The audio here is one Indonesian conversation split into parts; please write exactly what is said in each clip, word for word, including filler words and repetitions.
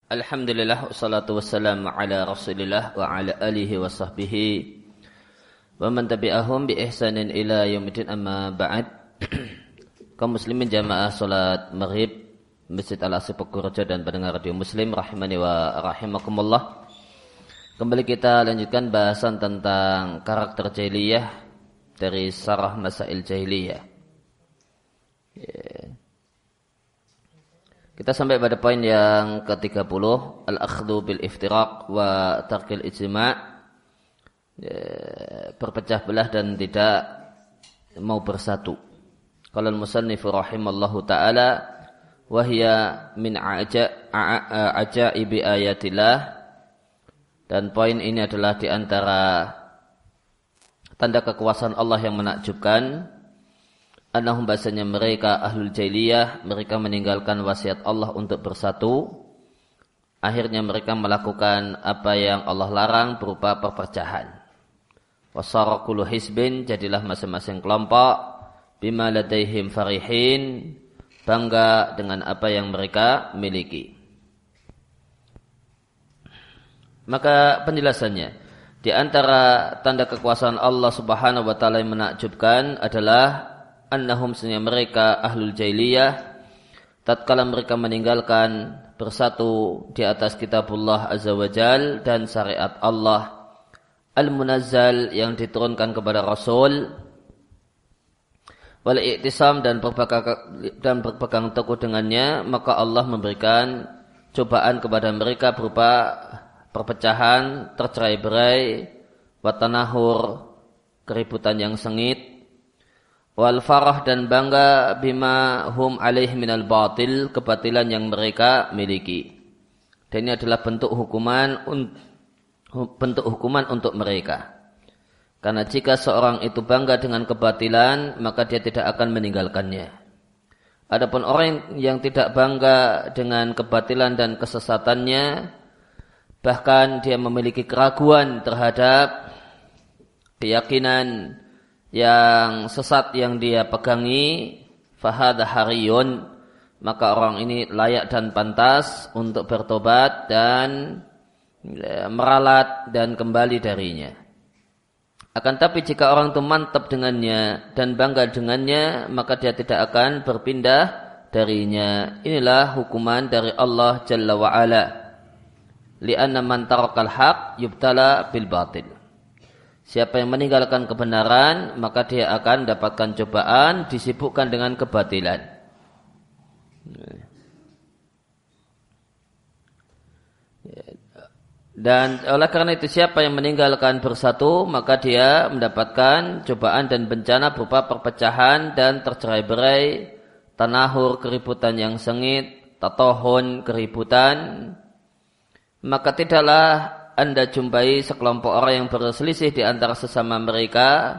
Alhamdulillah wassalatu wassalamu ala Rasulillah wa ala alihi wa sahbihi wa man tabi'ahum bi ihsanin ila yaumil amma ba'd. Kaum muslimin jamaah salat Maghrib Masjid Al-Asy Purworejo dan pendengar radio Muslim rahimani wa rahimakumullah. Kembali kita lanjutkan bahasan tentang karakter jahiliyah dari Syarah Masail Jahiliyah. Yeah. Kita sampai pada poin yang ke tiga puluh, al-akhdhu bil iftiraq wa tarkil ijma', ya, berpecah belah dan tidak mau bersatu. Qala al-musannif rahimallahu taala wa hiya min ajaibi ayatillah, dan poin ini adalah di antara tanda kekuasaan Allah yang menakjubkan. Annahum bahasanya mereka ahlul jahiliyah, mereka meninggalkan wasiat Allah untuk bersatu. Akhirnya mereka melakukan apa yang Allah larang berupa perpecahan. Wasara kullu hizbin, jadilah masing-masing kelompok bima ladaihim farihin, bangga dengan apa yang mereka miliki. Maka penjelasannya, di antara tanda kekuasaan Allah Subhanahu wa taala yang menakjubkan adalah annahum sesungguhnya mereka ahlul jahiliyah tatkala mereka meninggalkan bersatu di atas kitabullah azza wajal dan syariat Allah al-munazzal yang diturunkan kepada Rasul, wal i'tisam dan berpegang, dan berpegang teguh dengannya, maka Allah memberikan cobaan kepada mereka berupa perpecahan, tercerai-berai, watanahur, keributan yang sengit, wal farah dan bangga bima hum alaih minal batil, kebatilan yang mereka miliki. Dan ini adalah bentuk hukuman bentuk hukuman untuk mereka. Karena jika seorang itu bangga dengan kebatilan, maka dia tidak akan meninggalkannya. Adapun orang yang tidak bangga dengan kebatilan dan kesesatannya, bahkan dia memiliki keraguan terhadap keyakinan yang sesat yang dia pegangi, fahadha hariyun, maka orang ini layak dan pantas untuk bertobat dan meralat dan kembali darinya. Akan tapi jika orang itu mantap dengannya dan bangga dengannya, maka dia tidak akan berpindah darinya. Inilah hukuman dari Allah Jalla wa'ala. Li'anna man tarakal haq yubtala bil batil. Siapa yang meninggalkan kebenaran, maka dia akan mendapatkan cobaan, disibukkan dengan kebatilan. Dan oleh karena itu siapa yang meninggalkan bersatu, maka dia mendapatkan cobaan dan bencana berupa perpecahan dan tercerai-berai, tanahur, keributan yang sengit, tatohun, keributan. Maka tidaklah Anda jumpai sekelompok orang yang berselisih di antara sesama mereka,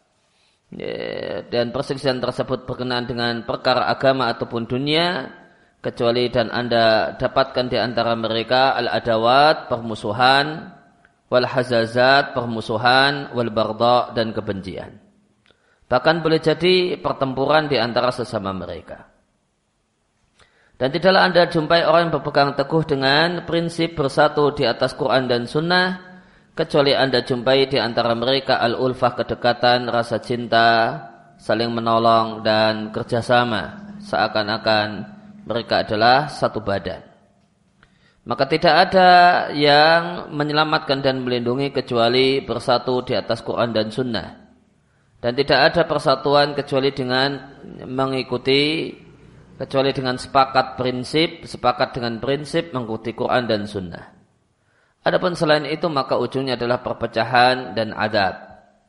dan perselisihan tersebut berkenaan dengan perkara agama ataupun dunia, kecuali dan Anda dapatkan di antara mereka al-adawat, permusuhan, wal hazazat, permusuhan, wal baghdha, dan kebencian. Bahkan boleh jadi pertempuran di antara sesama mereka. Dan tidaklah Anda jumpai orang yang berpegang teguh dengan prinsip bersatu di atas Quran dan Sunnah, kecuali Anda jumpai di antara mereka al-ulfah, kedekatan, rasa cinta, saling menolong, dan kerjasama, seakan-akan mereka adalah satu badan. Maka tidak ada yang menyelamatkan dan melindungi kecuali bersatu di atas Quran dan Sunnah. Dan tidak ada persatuan kecuali dengan mengikuti kecuali dengan sepakat prinsip, sepakat dengan prinsip mengikuti Quran dan Sunnah. Adapun selain itu maka ujungnya adalah perpecahan dan adab.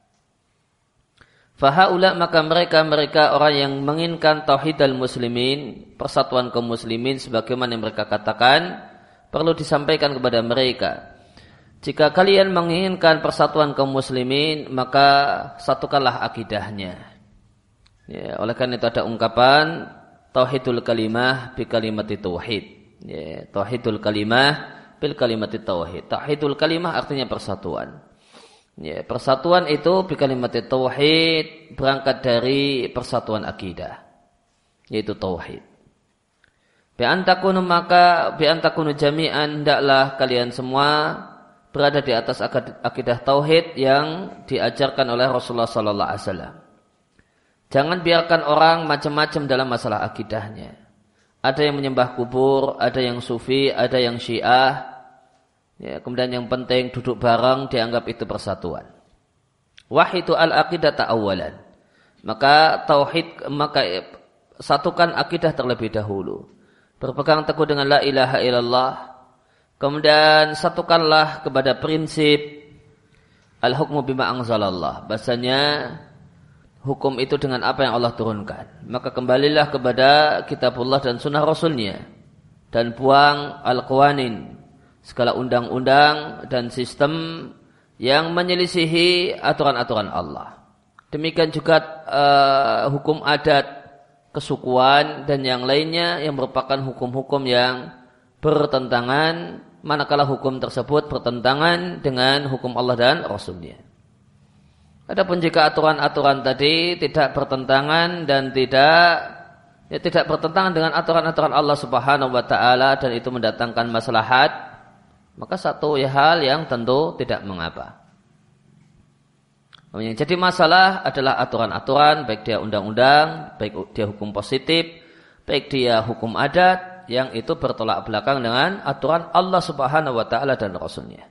Fahaula, maka mereka-mereka orang yang menginginkan tauhidal muslimin, persatuan kaum muslimin sebagaimana yang mereka katakan, perlu disampaikan kepada mereka. Jika kalian menginginkan persatuan kaum muslimin, maka satukanlah akidahnya. Ya, oleh karena itu ada ungkapan tauhidul kalimah bi kalimati tauhid. Ya, tauhidul kalimah bil kalimati tauhid. Tauhidul kalimah artinya persatuan. Ya, persatuan itu bi kalimati tauhid berangkat dari persatuan akidah, yaitu tauhid. Bi antakunu maka bi antakunu jami'an hendaklah kalian semua berada di atas akidah tauhid yang diajarkan oleh Rasulullah sallallahu alaihi wasallam. Jangan biarkan orang macam-macam dalam masalah akidahnya. Ada yang menyembah kubur, ada yang sufi, ada yang syiah. Ya, kemudian yang penting duduk bareng dianggap itu persatuan. Wahidu al-aqidah ta'awalan. Maka tauhid maka satukan akidah terlebih dahulu. Berpegang teguh dengan la ilaha illallah. Kemudian satukanlah kepada prinsip al-hukmu bima anzalallah. Bahasanya hukum itu dengan apa yang Allah turunkan. Maka kembalilah kepada kitabullah dan sunnah rasulnya. Dan buang al-qawanin. Segala undang-undang dan sistem yang menyelisihi aturan-aturan Allah. Demikian juga uh, hukum adat, kesukuan dan yang lainnya yang merupakan hukum-hukum yang bertentangan manakala hukum tersebut bertentangan dengan hukum Allah dan Rasulnya. Adapun jika aturan-aturan tadi tidak bertentangan dan tidak ya, tidak bertentangan dengan aturan-aturan Allah Subhanahu wa taala dan itu mendatangkan maslahat, maka satu ya hal yang tentu tidak mengapa. Yang jadi masalah adalah aturan-aturan, baik dia undang-undang, baik dia hukum positif, baik dia hukum adat, yang itu bertolak belakang dengan aturan Allah Subhanahu wa taala dan Rasulnya.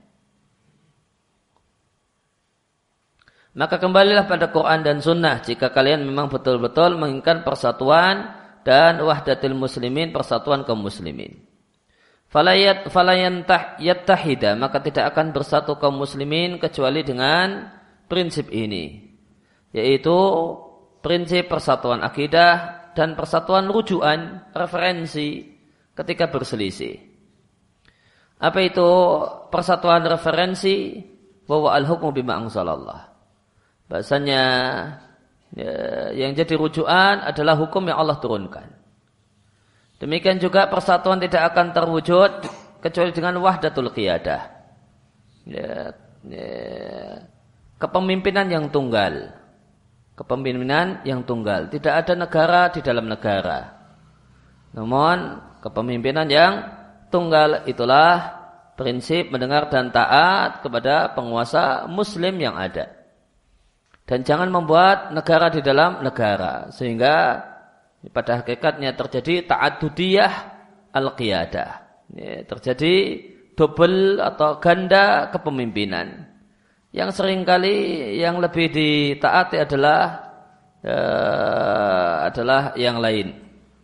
Maka kembalilah pada Quran dan Sunnah jika kalian memang betul-betul menginginkan persatuan dan wahdatul muslimin, persatuan kaum muslimin. Falayat falayantah yattahida, maka tidak akan bersatu kaum muslimin kecuali dengan prinsip ini, yaitu prinsip persatuan akidah dan persatuan rujukan, referensi ketika berselisih. Apa itu persatuan referensi? Bahwa al-hukmu bima anzalallah. Bahasanya ya, yang jadi rujukan adalah hukum yang Allah turunkan. Demikian juga persatuan tidak akan terwujud kecuali dengan wahdatul qiyadah. Ya, ya. Kepemimpinan yang tunggal. Kepemimpinan yang tunggal. Tidak ada negara di dalam negara. Namun kepemimpinan yang tunggal itulah prinsip mendengar dan taat kepada penguasa muslim yang ada. Dan jangan membuat negara di dalam negara. Sehingga pada hakikatnya terjadi ta'adudiyah al-qiyadah. Terjadi double atau ganda kepemimpinan. Yang seringkali yang lebih ditaati adalah uh, adalah yang lain.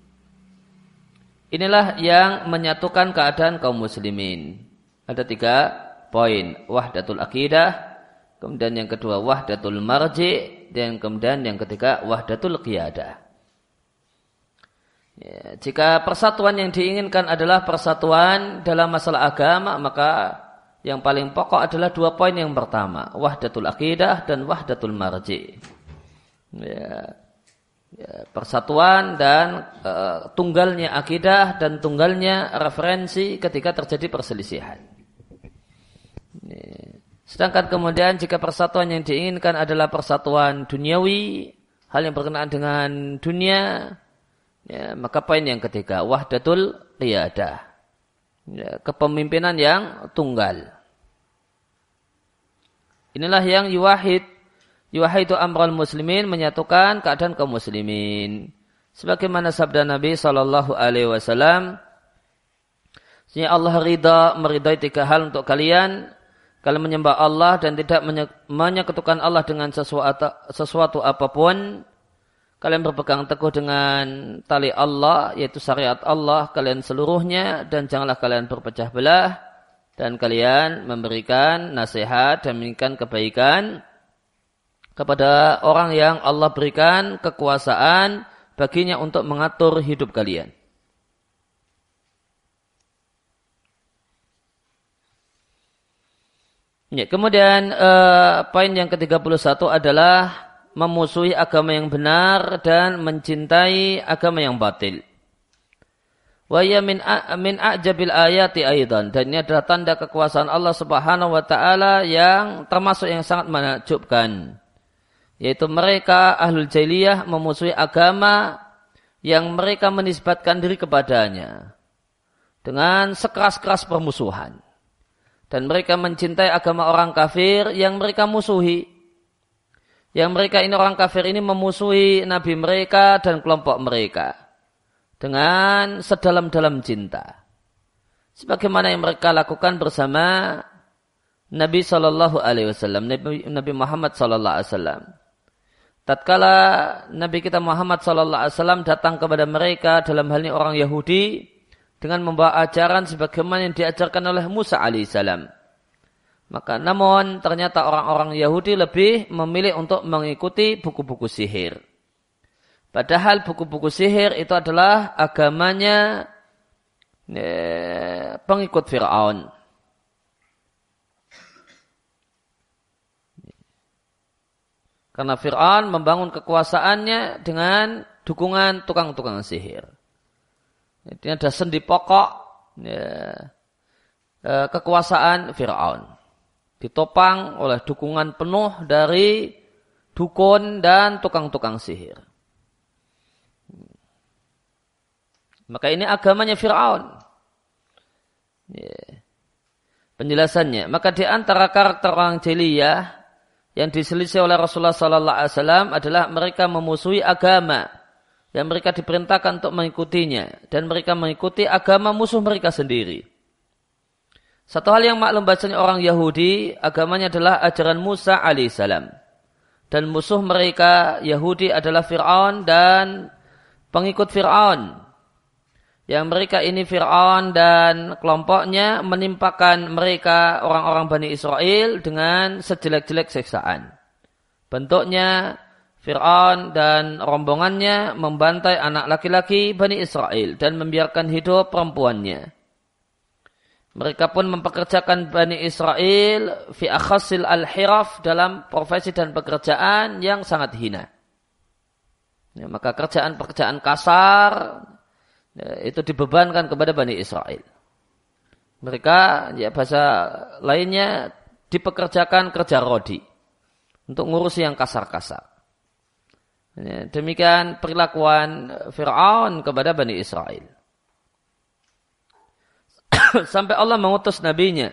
Inilah yang menyatukan keadaan kaum muslimin. Ada tiga poin. Wahdatul akidah, kemudian yang kedua wahdatul marji, dan kemudian yang ketiga wahdatul qiyadah. Ya, jika persatuan yang diinginkan adalah persatuan dalam masalah agama, maka yang paling pokok adalah dua poin yang pertama, wahdatul akidah dan wahdatul marji. Ya, ya, persatuan dan e, tunggalnya akidah dan tunggalnya referensi ketika terjadi perselisihan. Ya. Sedangkan kemudian jika persatuan yang diinginkan adalah persatuan duniawi, hal yang berkenaan dengan dunia, ya, maka poin yang ketiga, wahdatul qiyadah. Ya, kepemimpinan yang tunggal. Inilah yang yuwahid, yuwahidu amral muslimin, menyatukan keadaan kaum muslimin. Sebagaimana sabda Nabi sallallahu alaihi wasallam, sesungguhnya Allah ridha meridai tiga hal untuk kalian, kalian menyembah Allah dan tidak menyekutukan Allah dengan sesuatu, sesuatu apapun. Kalian berpegang teguh dengan tali Allah, yaitu syariat Allah, kalian seluruhnya, dan janganlah kalian berpecah belah, dan kalian memberikan nasihat dan memberikan kebaikan kepada orang yang Allah berikan kekuasaan baginya untuk mengatur hidup kalian. Ya, kemudian eh, poin yang ketiga puluh satu adalah memusuhi agama yang benar dan mencintai agama yang batil. Wa ya min min a'jabil ayati aidan, dan ini adalah tanda kekuasaan Allah Subhanahu wa taala yang termasuk yang sangat menakjubkan, yaitu mereka ahlul jahiliyah memusuhi agama yang mereka menisbatkan diri kepadanya. dengan sekeras-keras permusuhan. Dan mereka mencintai agama orang kafir yang mereka musuhi. Yang mereka ini orang kafir ini memusuhi Nabi mereka dan kelompok mereka dengan sedalam-dalam cinta. Sebagaimana yang mereka lakukan bersama Nabi Shallallahu Alaihi Wasallam, Nabi Muhammad Shallallahu Alaihi Wasallam. Tatkala Nabi kita Muhammad Shallallahu Alaihi Wasallam datang kepada mereka, dalam hal ini orang Yahudi, dengan membawa ajaran sebagaimana yang diajarkan oleh Musa alaihissalam. Maka namun ternyata orang-orang Yahudi lebih memilih untuk mengikuti buku-buku sihir. Padahal buku-buku sihir itu adalah agamanya eh, pengikut Fir'aun. Karena Fir'aun membangun kekuasaannya dengan dukungan tukang-tukang sihir. Ini ada sendi pokok ya, eh, kekuasaan Fir'aun. Ditopang oleh dukungan penuh dari dukun dan tukang-tukang sihir. Maka ini agamanya Fir'aun. Yeah. Penjelasannya. Maka di antara karakter orang jahiliyah yang diselisih oleh Rasulullah Sallallahu Alaihi Wasallam adalah mereka memusuhi agama yang mereka diperintahkan untuk mengikutinya, dan mereka mengikuti agama musuh mereka sendiri. Satu hal yang maklum bacanya orang Yahudi, agamanya adalah ajaran Musa alaihissalam. Dan musuh mereka Yahudi adalah Fir'aun dan pengikut Fir'aun. Yang mereka ini Fir'aun dan kelompoknya menimpakan mereka orang-orang Bani Israel dengan sejelek-jelek siksaan. Bentuknya Fir'aun dan rombongannya membantai anak laki-laki Bani Israel dan membiarkan hidup perempuannya. Mereka pun mempekerjakan Bani Israel fi akhasil al-hiraf dalam profesi dan pekerjaan yang sangat hina. Ya, maka kerjaan-pekerjaan kasar ya, itu dibebankan kepada Bani Israel. Mereka ya bahasa lainnya dipekerjakan kerja rodi untuk ngurusi yang kasar-kasar. Ya, demikian perilakuan Fir'aun kepada Bani Israel. Sampai Allah mengutus nabinya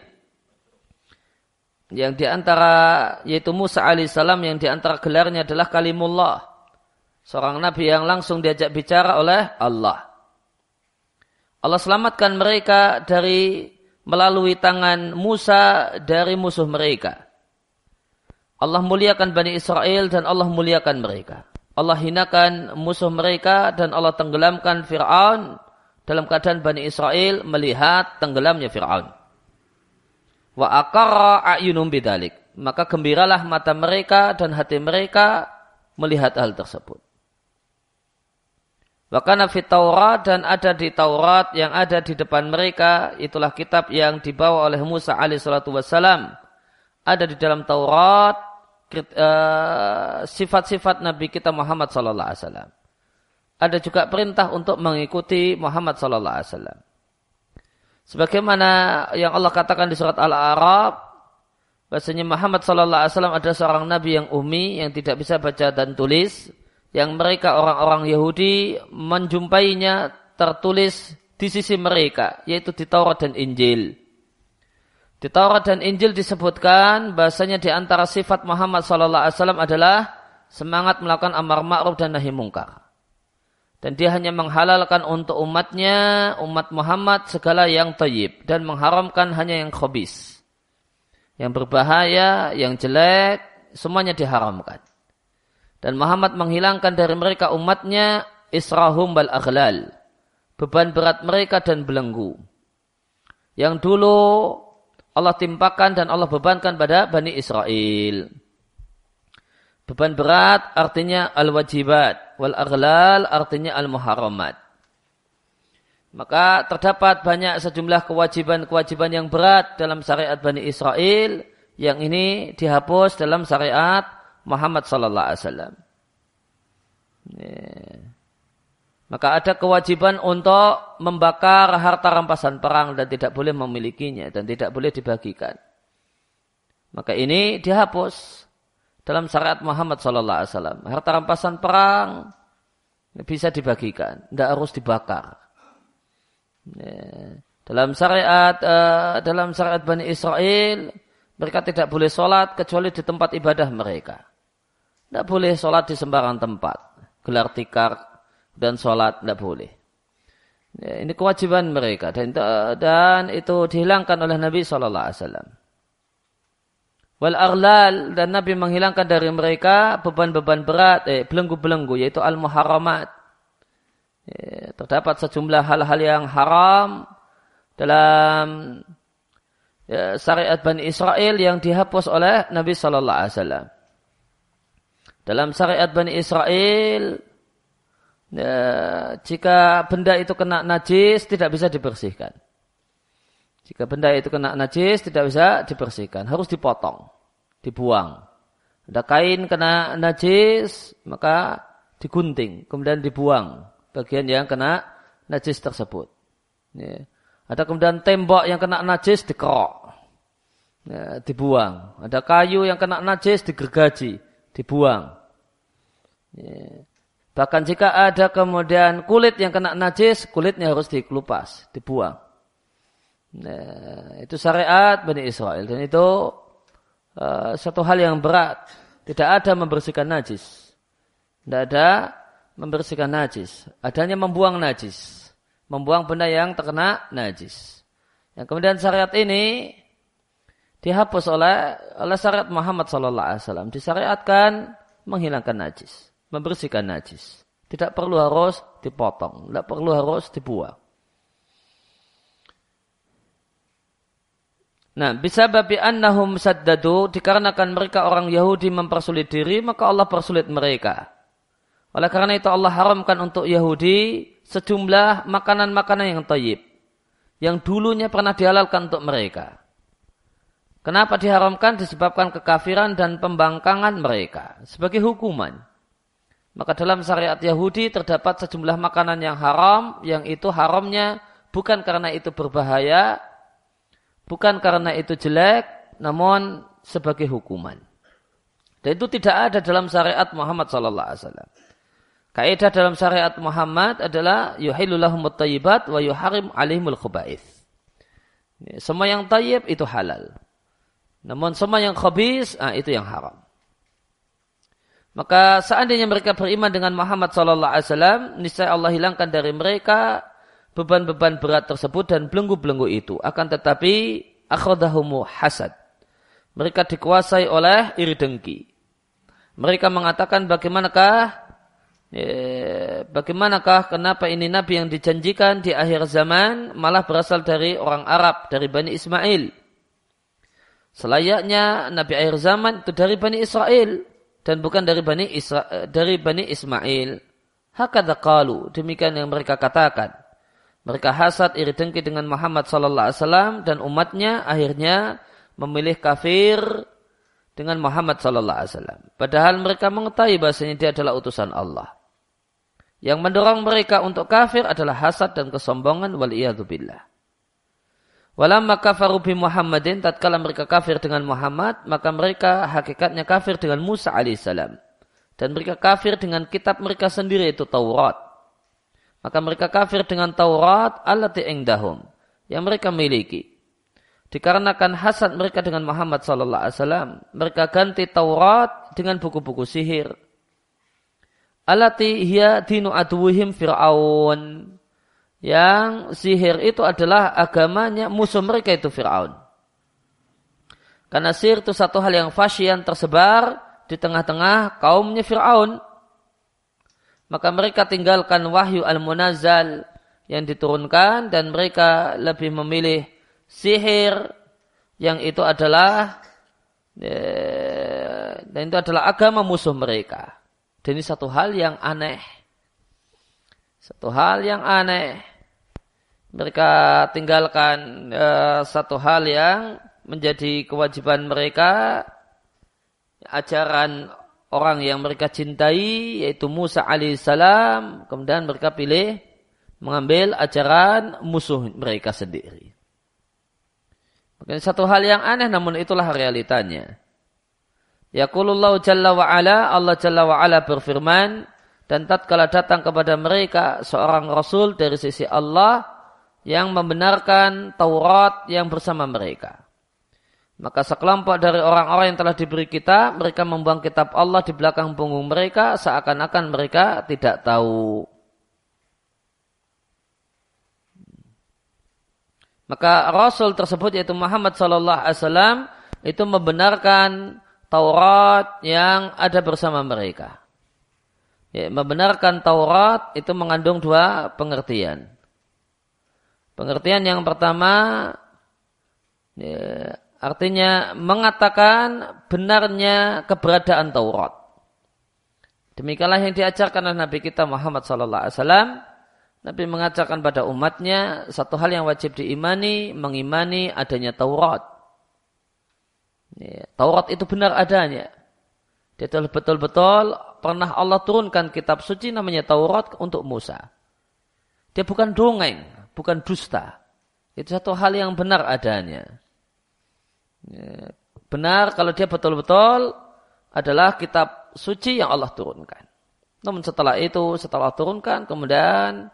yang diantara yaitu Musa alaihissalam, yang diantara gelarnya adalah Kalimullah, seorang nabi yang langsung diajak bicara oleh Allah. Allah selamatkan mereka dari melalui tangan Musa dari musuh mereka. Allah muliakan Bani Israel dan Allah muliakan mereka. Allah hinakan musuh mereka dan Allah tenggelamkan Fir'aun dalam keadaan Bani Israel melihat tenggelamnya Fir'aun. Wa aqarra a'yunum bidzalik. Maka gembiralah mata mereka dan hati mereka melihat hal tersebut. Wa kana fit Taurat, dan ada di Taurat yang ada di depan mereka, itulah kitab yang dibawa oleh Musa alaihi salatu wassalam. Ada di dalam Taurat uh, sifat-sifat Nabi kita Muhammad sallallahu alaihi wasallam. Ada juga perintah untuk mengikuti Muhammad sallallahu alaihi wasallam. Sebagaimana yang Allah katakan di surat Al-A'raf, bahasanya Muhammad sallallahu alaihi wasallam adalah seorang nabi yang ummi, yang tidak bisa baca dan tulis, yang mereka orang-orang Yahudi menjumpainya tertulis di sisi mereka, yaitu di Taurat dan Injil. Di Taurat dan Injil disebutkan bahasanya di antara sifat Muhammad sallallahu alaihi wasallam adalah semangat melakukan amar ma'ruf dan nahi mungkar. Dan dia hanya menghalalkan untuk umatnya, umat Muhammad, segala yang thayyib, dan mengharamkan hanya yang khabis. Yang berbahaya, yang jelek, semuanya diharamkan. Dan Muhammad menghilangkan dari mereka umatnya israhum bal aghlal, beban berat mereka dan belenggu. Yang dulu Allah timpakan dan Allah bebankan pada Bani Israel. Beban berat artinya al-wajibat, wal aghlal artinya al-muharramat. Maka terdapat banyak sejumlah kewajiban-kewajiban yang berat dalam syariat Bani Israel, yang ini dihapus dalam syariat Muhammad sallallahu alaihi wasallam. Maka ada kewajiban untuk membakar harta rampasan perang dan tidak boleh memilikinya dan tidak boleh dibagikan. Maka ini dihapus dalam syariat Muhammad sallallahu alaihi wasallam. Harta rampasan perang bisa dibagikan, tidak harus dibakar. Dalam syariat uh, dalam syariat Bani Israel, mereka tidak boleh sholat kecuali di tempat ibadah mereka. Tidak boleh sholat di sembarang tempat. Gelar tikar dan sholat tidak boleh. Ya, ini kewajiban mereka dan, dan itu dihilangkan oleh Nabi shallallahu alaihi wasallam. Wal arlal, dan Nabi menghilangkan dari mereka beban-beban berat, eh, belenggu-belenggu, yaitu al-muharramat. Ya, terdapat sejumlah hal-hal yang haram dalam ya, syariat Bani Israel yang dihapus oleh Nabi Sallallahu Alaihi Wasallam. Dalam syariat Bani Israel, ya, jika benda itu kena najis tidak bisa dibersihkan. Jika benda itu kena najis tidak bisa dibersihkan, harus dipotong, dibuang. Ada kain kena najis maka digunting, kemudian dibuang bagian yang kena najis tersebut. Ya. Ada kemudian tembok yang kena najis dikerok, ya, dibuang. Ada kayu yang kena najis digergaji, dibuang. Ya. Bahkan jika ada kemudian kulit yang kena najis, kulitnya harus dikelupas, dibuang. Nah, itu syariat Bani Israel dan itu uh, satu hal yang berat. Tidak ada membersihkan najis. Tidak ada membersihkan najis. Adanya membuang najis. Membuang benda yang terkena najis. Yang kemudian syariat ini dihapus oleh oleh syariat Muhammad sallallahu alaihi wasallam. Disyariatkan menghilangkan najis, membersihkan najis. Tidak perlu harus dipotong, tidak perlu harus dibuang. Nah, bisababi annahum saddadu, dikarenakan mereka orang Yahudi mempersulit diri, maka Allah persulit mereka. Oleh karena itu Allah haramkan untuk Yahudi sejumlah makanan-makanan yang thayyib, yang dulunya pernah dihalalkan untuk mereka. Kenapa diharamkan? Disebabkan kekafiran dan pembangkangan mereka sebagai hukuman. Maka dalam syariat Yahudi terdapat sejumlah makanan yang haram, yang itu haramnya bukan karena itu berbahaya, bukan karena itu jelek, namun sebagai hukuman. Dan itu tidak ada dalam syariat Muhammad sallallahu alaihi wasallam. Kaidah dalam syariat Muhammad adalah yuhillu lahumut thayyibat wa yuharrim alaihimul khaba'ith. Semua yang thayyib itu halal. Namun semua yang khabis, ah, itu yang haram. Maka seandainya mereka beriman dengan Muhammad sallallahu alaihi wasallam, niscaya Allah hilangkan dari mereka beban-beban berat tersebut dan belenggu-belenggu itu. Akan tetapi akhadahumu hasad. Mereka dikuasai oleh iri dengki. Mereka mengatakan bagaimanakah Bagaimanakah kenapa ini Nabi yang dijanjikan di akhir zaman malah berasal dari orang Arab, dari Bani Ismail. Selayaknya Nabi akhir zaman itu dari Bani Israel dan bukan dari Bani Isra, dari Bani Ismail. Hakadha qalu, demikian yang mereka katakan. Mereka hasad iri dengki dengan Muhammad sallallahu alaihi wasallam dan umatnya akhirnya memilih kafir dengan Muhammad sallallahu alaihi wasallam. Padahal mereka mengetahui bahasanya dia adalah utusan Allah. Yang mendorong mereka untuk kafir adalah hasad dan kesombongan, waliyadzubillah. Walamma kafaru bi Muhammadin, tatkala mereka kafir dengan Muhammad, maka mereka hakikatnya kafir dengan Musa alaihissalam. Dan mereka kafir dengan kitab mereka sendiri, itu Taurat. Maka mereka kafir dengan Taurat allati indahum, yang mereka miliki. Dikarenakan hasad mereka dengan Muhammad sallallahu alaihi wasallam, mereka ganti Taurat dengan buku-buku sihir. Allati hiya dinu aduwihim Fir'aun. Yang sihir itu adalah agamanya musuh mereka itu Fir'aun. Karena sihir itu satu hal yang fasyian tersebar di tengah-tengah kaumnya Fir'aun. Maka mereka tinggalkan wahyu al-munazzal yang diturunkan dan mereka lebih memilih sihir yang itu adalah dan itu adalah agama musuh mereka. Dan ini satu hal yang aneh. Satu hal yang aneh. Mereka tinggalkan uh, satu hal yang menjadi kewajiban mereka. Ajaran orang yang mereka cintai, yaitu Musa alaihissalam. Kemudian mereka pilih mengambil ajaran musuh mereka sendiri. Mungkin satu hal yang aneh, namun itulah realitanya. Yaqulullahu jalla wa ala, Allah jalla wa ala berfirman, dan tatkala datang kepada mereka seorang rasul dari sisi Allah, yang membenarkan Taurat yang bersama mereka. Maka sekelompok dari orang-orang yang telah diberi kitab, mereka membuang kitab Allah di belakang punggung mereka, seakan-akan mereka tidak tahu. Maka Rasul tersebut yaitu Muhammad sallallahu alaihi wasallam itu membenarkan Taurat yang ada bersama mereka. Ya, membenarkan Taurat itu mengandung dua pengertian. Pengertian yang pertama, ya, artinya mengatakan benarnya keberadaan Taurat. Demikianlah yang diajarkan oleh Nabi kita Muhammad sallallahu alaihi wasallam. Nabi mengajarkan pada umatnya satu hal yang wajib diimani, mengimani adanya Taurat. Ya, Taurat itu benar adanya. Dia telah betul-betul pernah Allah turunkan kitab suci namanya Taurat untuk Musa. Dia bukan dongeng, bukan dusta. Itu satu hal yang benar adanya. Ya, benar kalau dia betul-betul adalah kitab suci yang Allah turunkan. Namun setelah itu, setelah turunkan, kemudian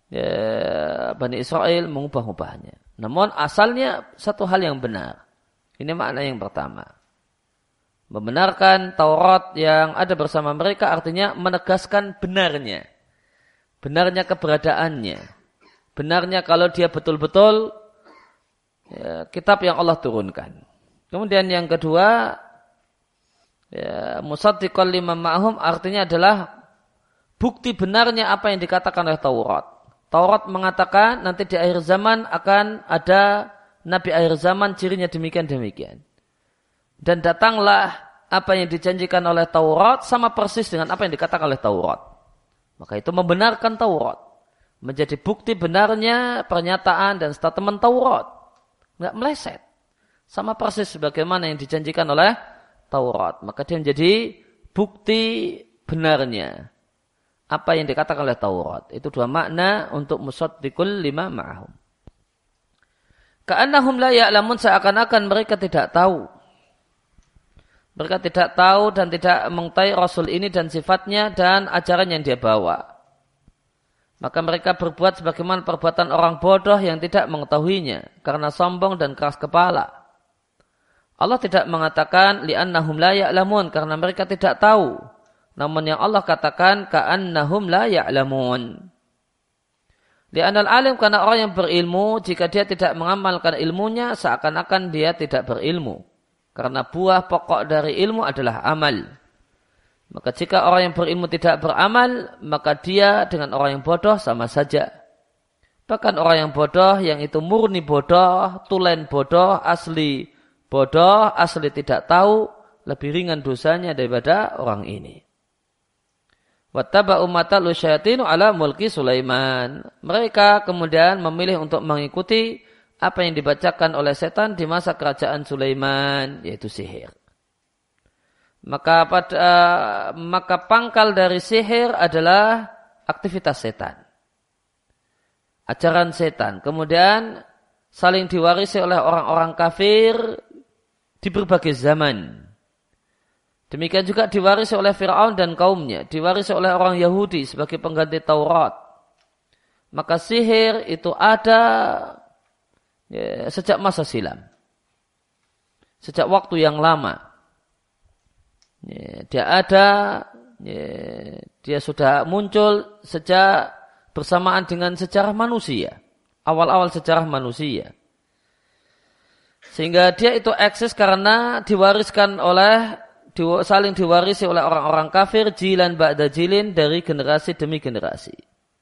ya, Bani Israel mengubah-ubahnya. Namun asalnya satu hal yang benar. Ini makna yang pertama. Membenarkan Taurat yang ada bersama mereka artinya menegaskan benarnya. Benarnya keberadaannya. Benarnya kalau dia betul-betul ya, kitab yang Allah turunkan. Kemudian yang kedua, ya, musaddiqan lima ma'hum artinya adalah bukti benarnya apa yang dikatakan oleh Taurat. Taurat mengatakan nanti di akhir zaman akan ada Nabi akhir zaman, cirinya demikian-demikian. Dan datanglah apa yang dijanjikan oleh Taurat sama persis dengan apa yang dikatakan oleh Taurat. Maka itu membenarkan Taurat. Menjadi bukti benarnya pernyataan dan statement Taurat. Enggak meleset. Sama persis sebagaimana yang dijanjikan oleh Taurat. Maka dia menjadi bukti benarnya apa yang dikatakan oleh Taurat. Itu dua makna untuk musaddiqul lima ma'ahum. Ka'annahum la ya'lamun, seakan-akan mereka tidak tahu. Mereka tidak tahu dan tidak mengetahui Rasul ini dan sifatnya dan ajaran yang dia bawa. Maka mereka berbuat sebagaimana perbuatan orang bodoh yang tidak mengetahuinya karena sombong dan keras kepala. Allah tidak mengatakan li'annahum la ya'lamun karena mereka tidak tahu. Namun yang Allah katakan ka'annahum la ya'lamun. Li'annal alim karena orang yang berilmu jika dia tidak mengamalkan ilmunya seakan-akan dia tidak berilmu. Karena buah pokok dari ilmu adalah amal. Maka jika orang yang berilmu tidak beramal, maka dia dengan orang yang bodoh sama saja. Bahkan orang yang bodoh yang itu murni bodoh, tulen bodoh, asli bodoh, asli tidak tahu, lebih ringan dosanya daripada orang ini. Wattaba'u ma tatlu syayatinu ala mulki Sulaiman. Mereka kemudian memilih untuk mengikuti apa yang dibacakan oleh setan di masa kerajaan Sulaiman, yaitu sihir. Maka pada maka pangkal dari sihir adalah aktivitas setan. Ajaran setan. Kemudian saling diwarisi oleh orang-orang kafir di berbagai zaman. Demikian juga diwarisi oleh Fir'aun dan kaumnya, diwarisi oleh orang Yahudi sebagai pengganti Taurat. Maka sihir itu ada ya, sejak masa silam. Sejak waktu yang lama. Ya, dia ada, ya, dia sudah muncul sejak bersamaan dengan sejarah manusia. Awal-awal sejarah manusia. Sehingga dia itu eksis karena diwariskan oleh saling diwarisi oleh orang-orang kafir jilan ba'da jilin dari generasi demi generasi.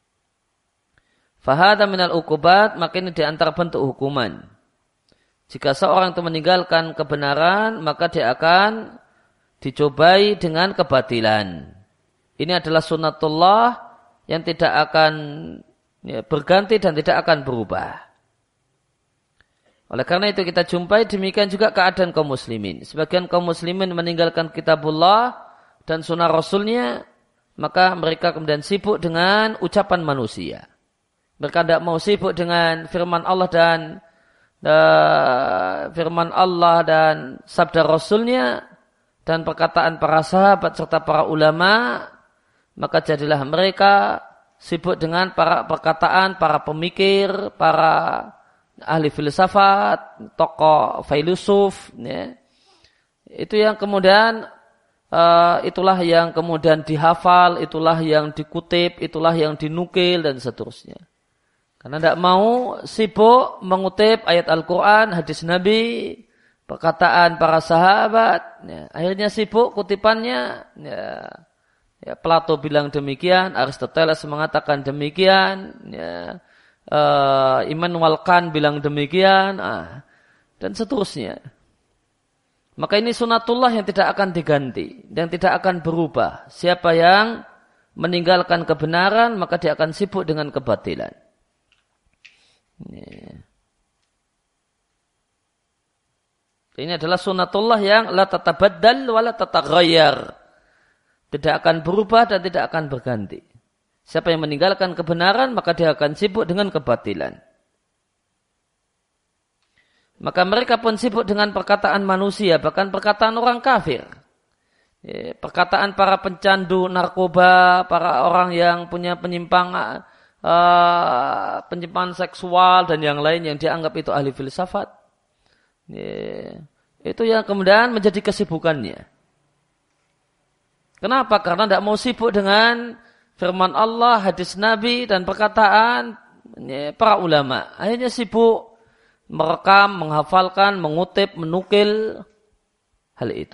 Fahada minal uqubat, maka ini di antara bentuk hukuman. Jika seorang itu meninggalkan kebenaran, maka dia akan dicobai dengan kebatilan. Ini adalah sunnatullah yang tidak akan ya, berganti dan tidak akan berubah. Oleh karena itu kita jumpai demikian juga keadaan kaum muslimin. Sebagian kaum muslimin meninggalkan kitabullah dan sunnah rasulnya, maka mereka kemudian sibuk dengan ucapan manusia. Mereka tidak mau sibuk dengan firman Allah dan uh, firman Allah dan sabda rasulnya dan perkataan para sahabat serta para ulama, maka jadilah mereka sibuk dengan para perkataan para pemikir, para ahli filsafat, tokoh filosof, ya. Itu yang kemudian uh, itulah yang kemudian dihafal, itulah yang dikutip, itulah yang dinukil dan seterusnya. Karena tidak mau sibuk mengutip ayat Al-Quran, hadis Nabi, perkataan para sahabat, ya. Akhirnya sibuk kutipannya, ya. Ya, Plato bilang demikian, Aristoteles mengatakan demikian, ya, uh, Immanuel Kant bilang demikian, ah, dan seterusnya. Maka ini sunatullah yang tidak akan diganti, yang tidak akan berubah. Siapa yang meninggalkan kebenaran, maka dia akan sibuk dengan kebatilan. Ya. Ini adalah sunatullah yang la tatabaddal wa la tataghayyar. Tidak akan berubah dan tidak akan berganti. Siapa yang meninggalkan kebenaran, maka dia akan sibuk dengan kebatilan. Maka mereka pun sibuk dengan perkataan manusia, bahkan perkataan orang kafir. Perkataan para pencandu narkoba, para orang yang punya penyimpangan, uh, penyimpangan seksual dan yang lain yang dianggap itu ahli filsafat. Itu yang kemudian menjadi kesibukannya. Kenapa? Karena tidak mau sibuk dengan firman Allah, hadis Nabi, dan perkataan para ulama. Akhirnya sibuk merekam, menghafalkan, mengutip, menukil hal itu.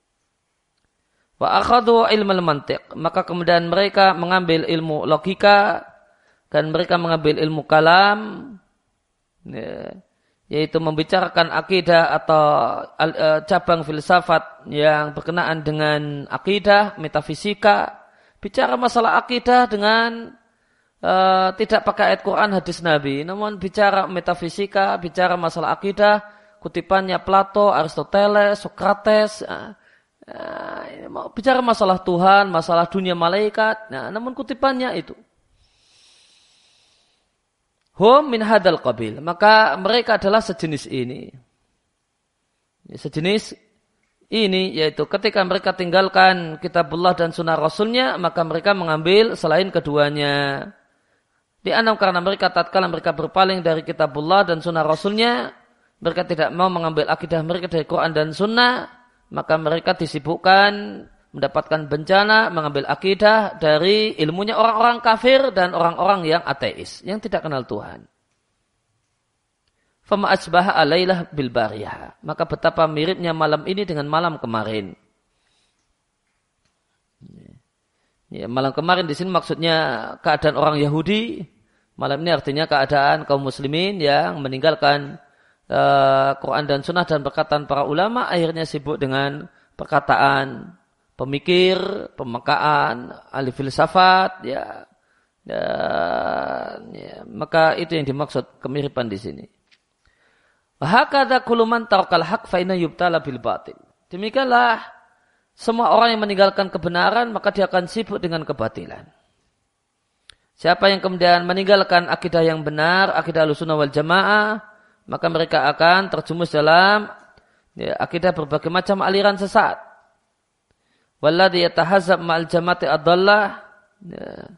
Wa akhadhu ilmal mantiq. Maka kemudian mereka mengambil ilmu logika dan mereka mengambil ilmu kalam, ya, yaitu membicarakan akidah atau uh, cabang filsafat yang berkenaan dengan akidah, metafisika, bicara masalah akidah dengan uh, tidak pakai ayat Quran, hadis Nabi, namun bicara metafisika, bicara masalah akidah, kutipannya Plato, Aristoteles, Socrates, uh, uh, bicara masalah Tuhan, masalah dunia malaikat, nah, namun kutipannya itu. Hum min hadal qabil. Maka mereka adalah sejenis ini. Sejenis ini yaitu ketika mereka tinggalkan kitabullah dan sunnah rasulnya, maka mereka mengambil selain keduanya. Di enam karena mereka tatkala mereka berpaling dari kitabullah dan sunnah rasulnya, mereka tidak mau mengambil akidah mereka dari Quran dan sunnah, maka mereka disibukkan mendapatkan bencana mengambil akidah dari ilmunya orang-orang kafir dan orang-orang yang ateis, yang tidak kenal Tuhan. Fama asbaha alailah bil bariyah. Maka betapa miripnya malam ini dengan malam kemarin. Ya, malam kemarin di sini maksudnya keadaan orang Yahudi. Malam ini artinya keadaan kaum muslimin yang meninggalkan uh, Quran dan Sunnah dan perkataan para ulama, akhirnya sibuk dengan perkataan pemikir, pemakaan, ahli filsafat, ya, ya, ya, maka itu yang dimaksud kemiripan di sini. Hakadha kullu man tarakal haq fa inna yubtala bil batil. Demikianlah semua orang yang meninggalkan kebenaran maka dia akan sibuk dengan kebatilan. Siapa yang kemudian meninggalkan akidah yang benar, akidah Ahlussunnah wal Jamaah, maka mereka akan terjumus dalam ya, akidah berbagai macam aliran sesat. Walladhi yatahazzab ma'al jama'ati adallah, ya.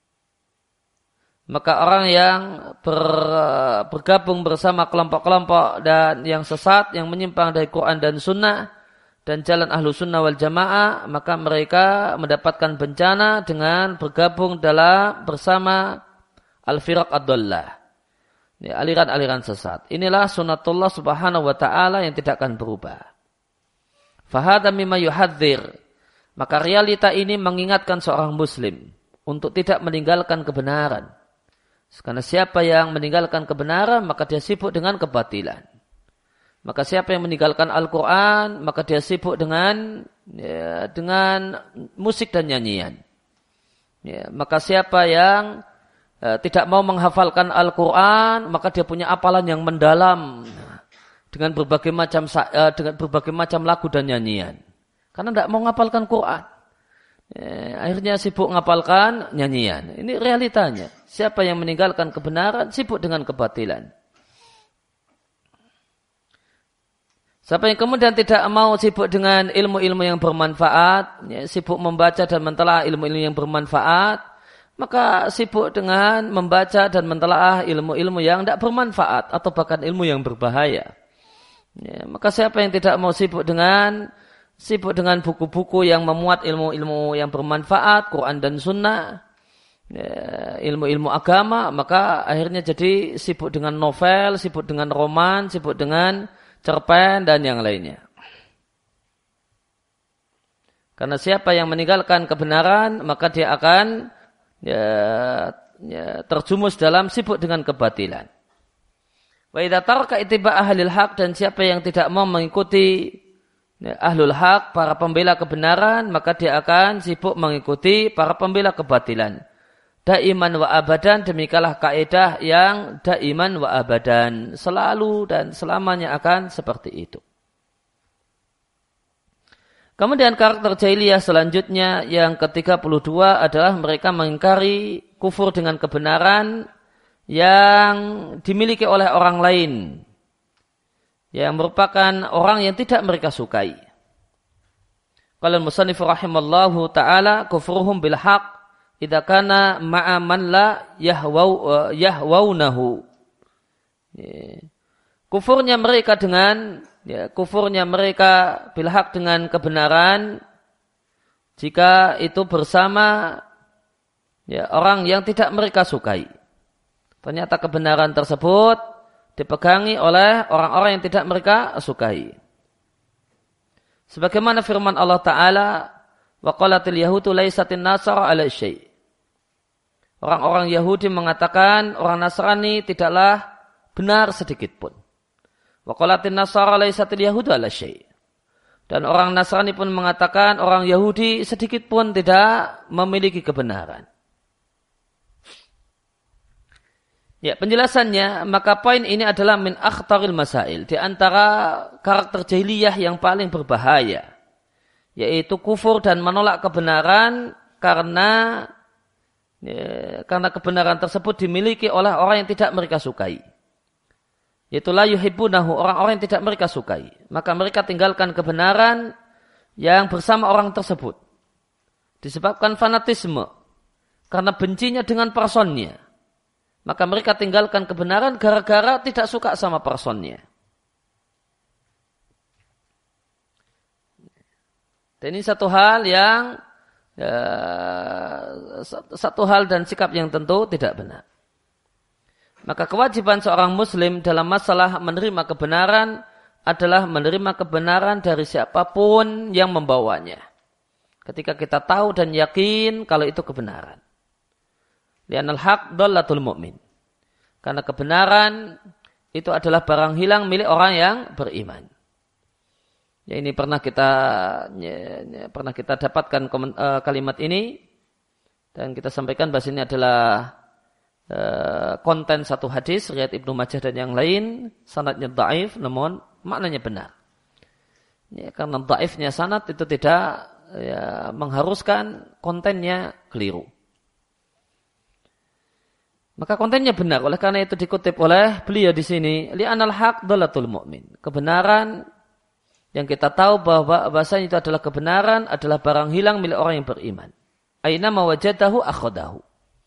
Maka orang yang ber, bergabung bersama kelompok-kelompok dan yang sesat, yang menyimpang dari Quran dan Sunnah dan jalan ahlu sunnah wal jamaah, maka mereka mendapatkan bencana dengan bergabung dalam bersama al-firaq ad-dallah, ya, aliran-aliran sesat. Inilah sunnatullah subhanahu wa ta'ala yang tidak akan berubah. Fahadha mimma yuhadzir. Maka realita ini mengingatkan seorang muslim untuk tidak meninggalkan kebenaran. Karena siapa yang meninggalkan kebenaran, maka dia sibuk dengan kebatilan. Maka siapa yang meninggalkan Al-Quran, maka dia sibuk dengan ya, dengan musik dan nyanyian. Ya, maka siapa yang ya, tidak mau menghafalkan Al-Quran, maka dia punya hafalan yang mendalam dengan berbagai macam uh, dengan berbagai macam lagu dan nyanyian. Karena tidak mau menghafalkan Quran. Ya, akhirnya sibuk menghafalkan nyanyian. Ini realitanya. Siapa yang meninggalkan kebenaran, sibuk dengan kebatilan. Siapa yang kemudian tidak mau sibuk dengan ilmu-ilmu yang bermanfaat, ya, sibuk membaca dan mentelaah ilmu-ilmu yang bermanfaat, maka sibuk dengan membaca dan mentelaah ilmu-ilmu yang tidak bermanfaat atau bahkan ilmu yang berbahaya. Ya, maka siapa yang tidak mau sibuk dengan sibuk dengan buku-buku yang memuat ilmu-ilmu yang bermanfaat, Quran dan Sunnah, ya, ilmu-ilmu agama, maka akhirnya jadi sibuk dengan novel, sibuk dengan roman, sibuk dengan cerpen dan yang lainnya. Karena siapa yang meninggalkan kebenaran, maka dia akan ya, ya, terjumus dalam sibuk dengan kebatilan. Wa idza taraka ittiba' ahlil haq, dan siapa yang tidak mau mengikuti ya, ahlul haq, para pembela kebenaran, maka dia akan sibuk mengikuti para pembela kebatilan. Daiman wa abadan, demikianlah kaidah yang daiman wa abadan, selalu dan selamanya akan seperti itu. Kemudian karakter jahiliyah selanjutnya yang ke tiga puluh dua adalah mereka mengingkari kufur dengan kebenaran yang dimiliki oleh orang lain, yang merupakan orang yang tidak mereka sukai. Qala al-musannif rahimallahu ta'ala kufruhum bil haqq idza kana ma'a man la yahwau yahwaunahu. Kufurnya mereka dengan ya, kufurnya mereka bilhaq dengan kebenaran jika itu bersama ya, orang yang tidak mereka sukai. Ternyata kebenaran tersebut dipegangi oleh orang-orang yang tidak mereka sukai. Sebagaimana firman Allah Ta'ala, wa qalatil yahudu laisatin nasara ala syai'. Orang-orang Yahudi mengatakan orang Nasrani tidaklah benar sedikit pun. Wa qalatin nasara laisatil yahudu ala syai'. Dan orang Nasrani pun mengatakan orang Yahudi sedikit pun tidak memiliki kebenaran. Ya, penjelasannya, maka poin ini adalah min akhtaril masail, di antara karakter jahiliyah yang paling berbahaya, yaitu kufur dan menolak kebenaran karena ya, karena kebenaran tersebut dimiliki oleh orang yang tidak mereka sukai. Yaitu la yuhibbunahu, orang-orang yang tidak mereka sukai. Maka mereka tinggalkan kebenaran yang bersama orang tersebut. Disebabkan fanatisme, karena bencinya dengan personnya. Maka mereka tinggalkan kebenaran gara-gara tidak suka sama personnya. Dan ini satu hal yang ya, satu hal dan sikap yang tentu tidak benar. Maka kewajiban seorang muslim dalam masalah menerima kebenaran adalah menerima kebenaran dari siapapun yang membawanya. Ketika kita tahu dan yakin kalau itu kebenaran. Li'anal haq dhallatul mu'min. Karena kebenaran itu adalah barang hilang milik orang yang beriman. Ya, ini pernah kita ya, ya, pernah kita dapatkan komen, uh, kalimat ini dan kita sampaikan bahwa ini adalah uh, konten satu hadis riwayat Ibnu Majah dan yang lain, sanadnya dhaif namun maknanya benar. Ya, karena dhaifnya sanad itu tidak ya, mengharuskan kontennya keliru. Maka kontennya benar, oleh karena itu dikutip oleh beliau di sini, li'anal haq dhalatul mu'min. Kebenaran yang kita tahu bahwa bahasanya itu adalah kebenaran adalah barang hilang milik orang yang beriman. Aina mawajadahu akhadahu.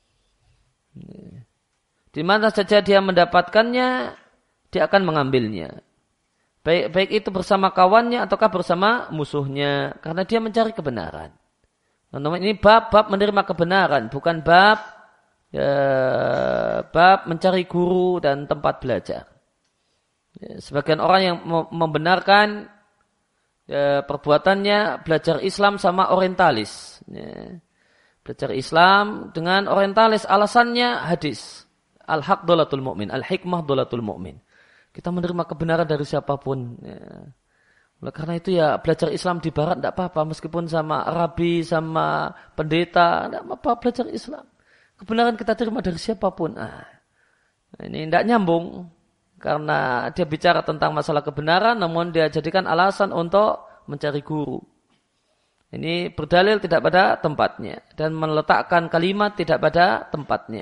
Di mana saja dia mendapatkannya, dia akan mengambilnya. Baik baik itu bersama kawannya ataukah bersama musuhnya, karena dia mencari kebenaran. Nah, ini bab-bab menerima kebenaran, bukan bab ya, bab mencari guru dan tempat belajar. Ya, sebagian orang yang membenarkan ya, perbuatannya belajar Islam sama orientalis. Ya, belajar Islam dengan orientalis, alasannya hadis. Al-haq dhalatul mu'min, al-hikmah dhalatul mu'min. Kita menerima kebenaran dari siapapun. Ya. Oleh karena itu ya belajar Islam di barat tidak apa-apa, meskipun sama Arabi, sama pendeta, tidak apa-apa belajar Islam. Kebenaran kita terima dari siapapun. Ah, ini tidak nyambung. Karena dia bicara tentang masalah kebenaran, namun dia jadikan alasan untuk mencari guru. Ini berdalil tidak pada tempatnya. Dan meletakkan kalimat tidak pada tempatnya.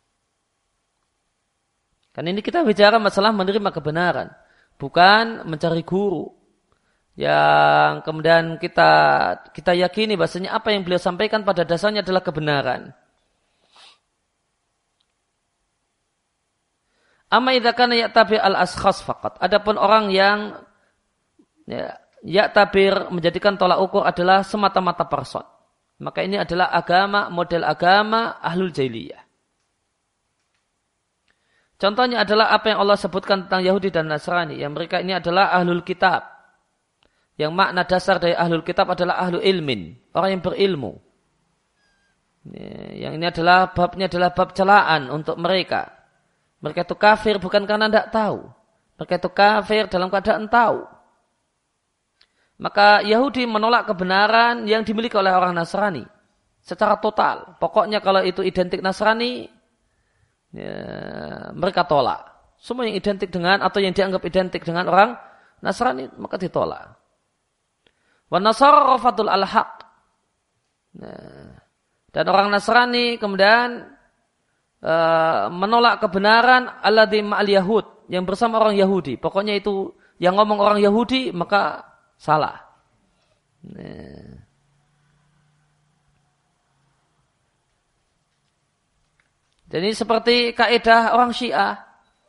Kan ini kita bicara masalah menerima kebenaran. Bukan mencari guru. Yang kemudian kita kita yakini bahasanya apa yang beliau sampaikan pada dasarnya adalah kebenaran. Amma idza kana ya'tabi al-askhas faqat. Adapun orang yang ya, ya'tabir menjadikan tolak ukur adalah semata-mata person. Maka ini adalah agama, model agama ahlul jahiliyah. Contohnya adalah apa yang Allah sebutkan tentang Yahudi dan Nasrani. Yang mereka ini adalah ahlul kitab. Yang makna dasar dari ahlul kitab adalah ahlu ilmin. Orang yang berilmu. Yang ini adalah babnya adalah bab celaan untuk mereka. Mereka itu kafir bukan karena tidak tahu. Mereka itu kafir dalam keadaan tahu. Maka Yahudi menolak kebenaran yang dimiliki oleh orang Nasrani. Secara total. Pokoknya kalau itu identik Nasrani, ya, mereka tolak. Semua yang identik dengan atau yang dianggap identik dengan orang Nasrani maka ditolak. Wa nasara rafatul al-haq. Nah, dan orang Nasrani kemudian uh, menolak kebenaran alladzi ma'al yahud, yang bersama orang Yahudi. Pokoknya itu yang ngomong orang Yahudi maka salah. Nah. Jadi seperti kaidah orang Syiah.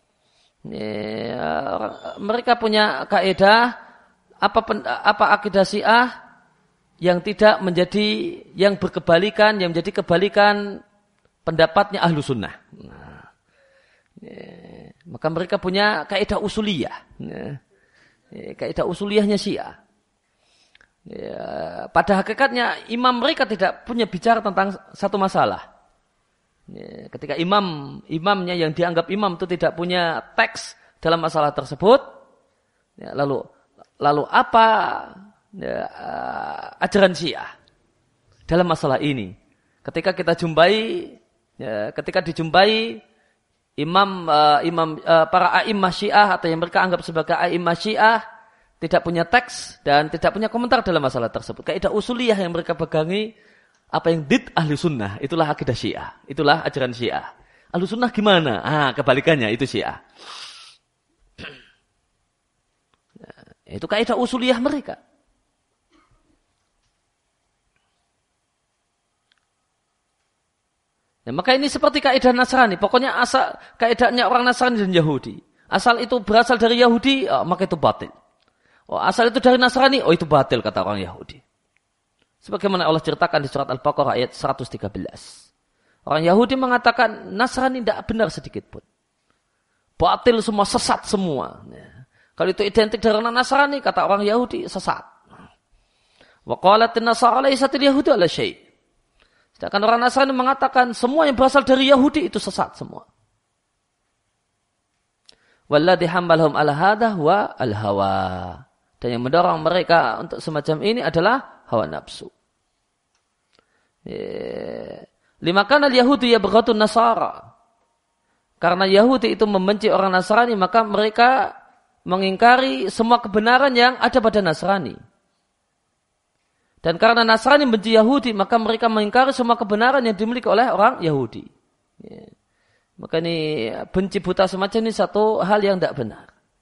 Ya, mereka punya kaidah apa apa akidah Syiah yang tidak menjadi yang berkebalikan, yang menjadi kebalikan pendapatnya ahlu sunnah. Nah, ya, maka mereka punya kaidah usuliyah. Ya, kaidah usuliyahnya Syiah. Ya, pada hakikatnya imam mereka tidak punya bicara tentang satu masalah. Ya, ketika imam imamnya yang dianggap imam itu tidak punya teks dalam masalah tersebut, ya, lalu lalu apa ya, ajaran Syiah dalam masalah ini? Ketika kita jumpai, ya, ketika dijumpai imam uh, imam uh, para a'immah Syiah atau yang mereka anggap sebagai a'immah Syiah tidak punya teks dan tidak punya komentar dalam masalah tersebut. Kaidah usuliyah yang mereka pegangi, apa yang did ahli sunnah, itulah akidah Syiah, itulah ajaran Syiah. Ahli sunnah gimana? Ah, kebalikannya itu Syiah. Nah, itu kaidah usuliyah mereka. Nah, maka ini seperti kaidah Nasrani. Pokoknya asal kaidahnya orang Nasrani dan Yahudi. Asal itu berasal dari Yahudi, oh, maka itu batil. Oh, asal itu dari Nasrani, oh itu batil kata orang Yahudi. Sebagaimana Allah ceritakan di surat Al-Baqarah ayat seratus tiga belas. Orang Yahudi mengatakan Nasrani tidak benar sedikit pun. Batil semua, sesat semua. Ya. Kalau itu identik dengan Nasrani, kata orang Yahudi, sesat. Wa qalatin nasara laysatil yahudu ala syai'. Sedangkan orang Nasrani mengatakan semua yang berasal dari Yahudi itu sesat semua. Walladhi hambalhum ala hadha wa al-hawa. Dan yang mendorong mereka untuk semacam ini adalah hawa nafsu. Lima kana al-yahudu yabghadun nasara. Karena Yahudi itu membenci orang Nasrani, maka mereka mengingkari semua kebenaran yang ada pada Nasrani. Dan karena Nasrani membenci Yahudi, maka mereka mengingkari semua kebenaran yang dimiliki oleh orang Yahudi. Maka ini benci buta semacam ini satu hal yang tidak benar.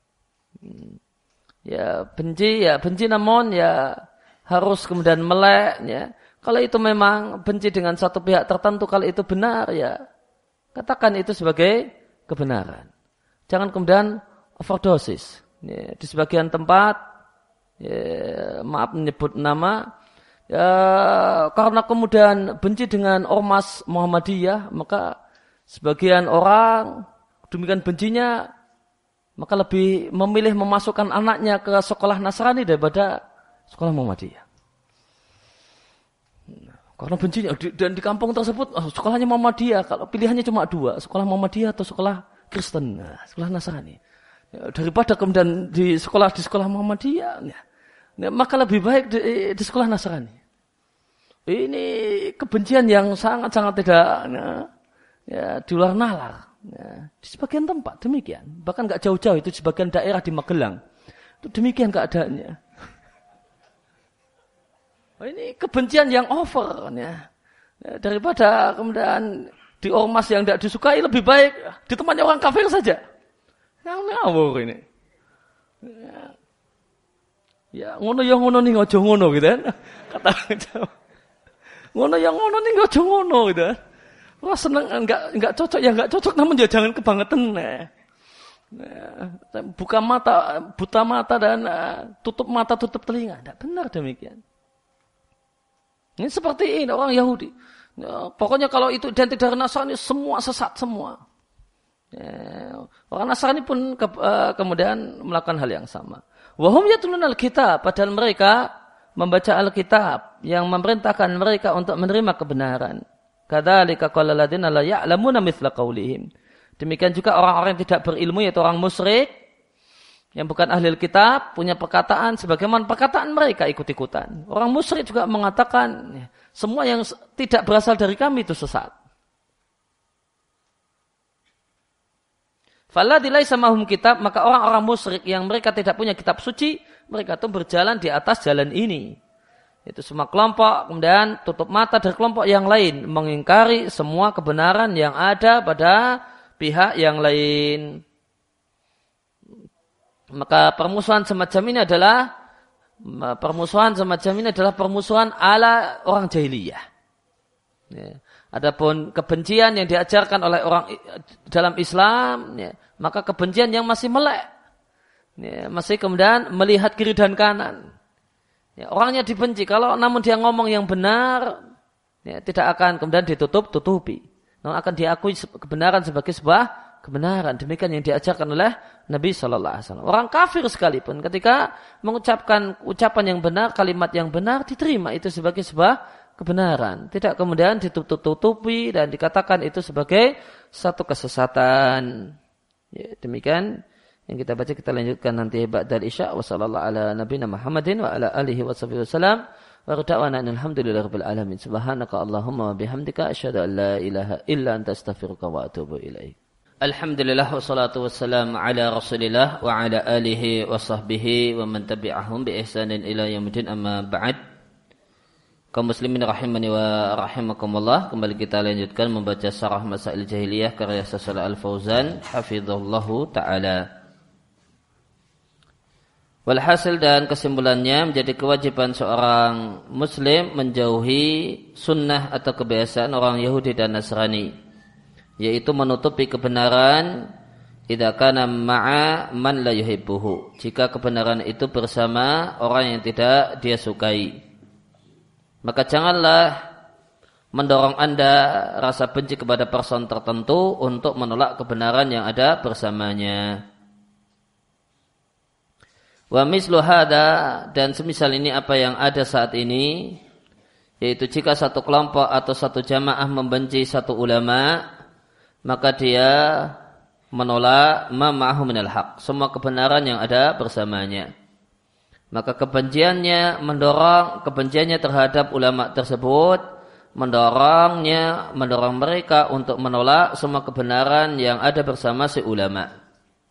Ya benci, ya benci namun ya harus kemudian melek. Ya. Kalau itu memang benci dengan satu pihak tertentu, kalau itu benar ya katakan itu sebagai kebenaran. Jangan kemudian overdosis. Ya, di sebagian tempat, ya, maaf menyebut nama, ya, karena kemudian benci dengan ormas Muhammadiyah, maka sebagian orang demikian bencinya, maka lebih memilih memasukkan anaknya ke sekolah Nasrani daripada sekolah Muhammadiyah. Karena bencinya, dan di kampung tersebut oh, sekolahnya Muhammadiyah, kalau pilihannya cuma dua, sekolah Muhammadiyah atau sekolah Kristen, nah, sekolah Nasrani. Ya, daripada kemudian di sekolah di sekolah Muhammadiyah, ya, ya, maka lebih baik di, di sekolah Nasrani. Ini kebencian yang sangat-sangat tidak ya, ya, di luar nalar. Ya, di sebagian tempat demikian, bahkan nggak jauh-jauh itu di sebagian daerah di Magelang itu demikian keadaannya. Oh, ini kebencian yang over ya. Ya, daripada kemudian di ormas yang tidak disukai, lebih baik di temannya orang kafir saja. Yang ngawur ini. Ya, ya ngono yang ngono nih ngojo ngono gitu kan. Kata ngono yang ngono nih ngojo ngono gitu kan. Wah seneng enggak enggak cocok ya enggak cocok, namun ya jangan kebangetan. Nah. Buka mata, buta mata dan uh, tutup mata, tutup telinga. Tidak benar demikian. Ini seperti ini orang Yahudi. Ya, pokoknya kalau itu identik dari Nasrani, semua sesat semua. Ya, orang Nasrani pun ke, uh, kemudian melakukan hal yang sama. Wahum yatluna al-kitab, padahal mereka membaca Alkitab yang memerintahkan mereka untuk menerima kebenaran. Kadzalika qala alladziina la ya'lamuna mithla qaulihim. Demikian juga orang-orang yang tidak berilmu, yaitu orang musyrik yang bukan ahli Alkitab, punya perkataan sebagaimana perkataan mereka ikut-ikutan. Orang musyrik juga mengatakan semua yang tidak berasal dari kami itu sesat. Falladzi laisa mahum kitab, maka orang-orang musyrik yang mereka tidak punya kitab suci, mereka itu berjalan di atas jalan ini. Itu semua kelompok kemudian tutup mata dari kelompok yang lain, mengingkari semua kebenaran yang ada pada pihak yang lain. Maka permusuhan semacam ini adalah permusuhan semacam ini adalah permusuhan ala orang jahiliyah. Ya. Adapun kebencian yang diajarkan oleh orang dalam Islam, ya, maka kebencian yang masih melek, ya, masih kemudian melihat kiri dan kanan. Ya, orangnya dibenci, kalau namun dia ngomong yang benar, ya, tidak akan kemudian ditutup-tutupi. Namun akan diakui kebenaran sebagai sebuah kebenaran. Demikian yang diajarkan oleh Nabi Shallallahu Alaihi Wasallam. Orang kafir sekalipun ketika mengucapkan ucapan yang benar, kalimat yang benar, diterima itu sebagai sebuah kebenaran. Tidak kemudian ditutup-tutupi dan dikatakan itu sebagai satu kesesatan. Ya, demikian yang kita baca, kita lanjutkan nanti ba'dal isya. Wassallallahu ala nabiyina Muhammadin wa ala alihi washabihi wasallam. Wa da'wana alhamdulillahirabbil alamin. Subhanaka Allahumma wa bihamdika asyhadu an la ilaha illa anta astaghfiruka wa atubu ilaik. Alhamdulillah wassalatu wassalamu ala Rasulillah wa ala alihi wa sahbihi wa man tabi'ahum bi ihsanin ila yaumil amma ba'd. Kaum muslimin rahimani wa rahimakumullah, kembali kita lanjutkan membaca Syarah Masail Jahiliyah karya Shalih Al-Fauzan hafizallahu taala. Walhasil dan kesimpulannya menjadi kewajiban seorang muslim menjauhi sunnah atau kebiasaan orang Yahudi dan Nasrani, yaitu menutupi kebenaran idza kana ma'a man la yuhibbuhu, jika kebenaran itu bersama orang yang tidak dia sukai. Maka janganlah mendorong Anda rasa benci kepada person tertentu untuk menolak kebenaran yang ada bersamanya. Wa mislu hada, dan semisal ini apa yang ada saat ini, yaitu jika satu kelompok atau satu jamaah membenci satu ulama, maka dia menolak ma ma'ahu minal haq, semua kebenaran yang ada bersamanya. Maka kebenciannya mendorong kebenciannya terhadap ulama tersebut, mendorongnya mendorong mereka untuk menolak semua kebenaran yang ada bersama si ulama,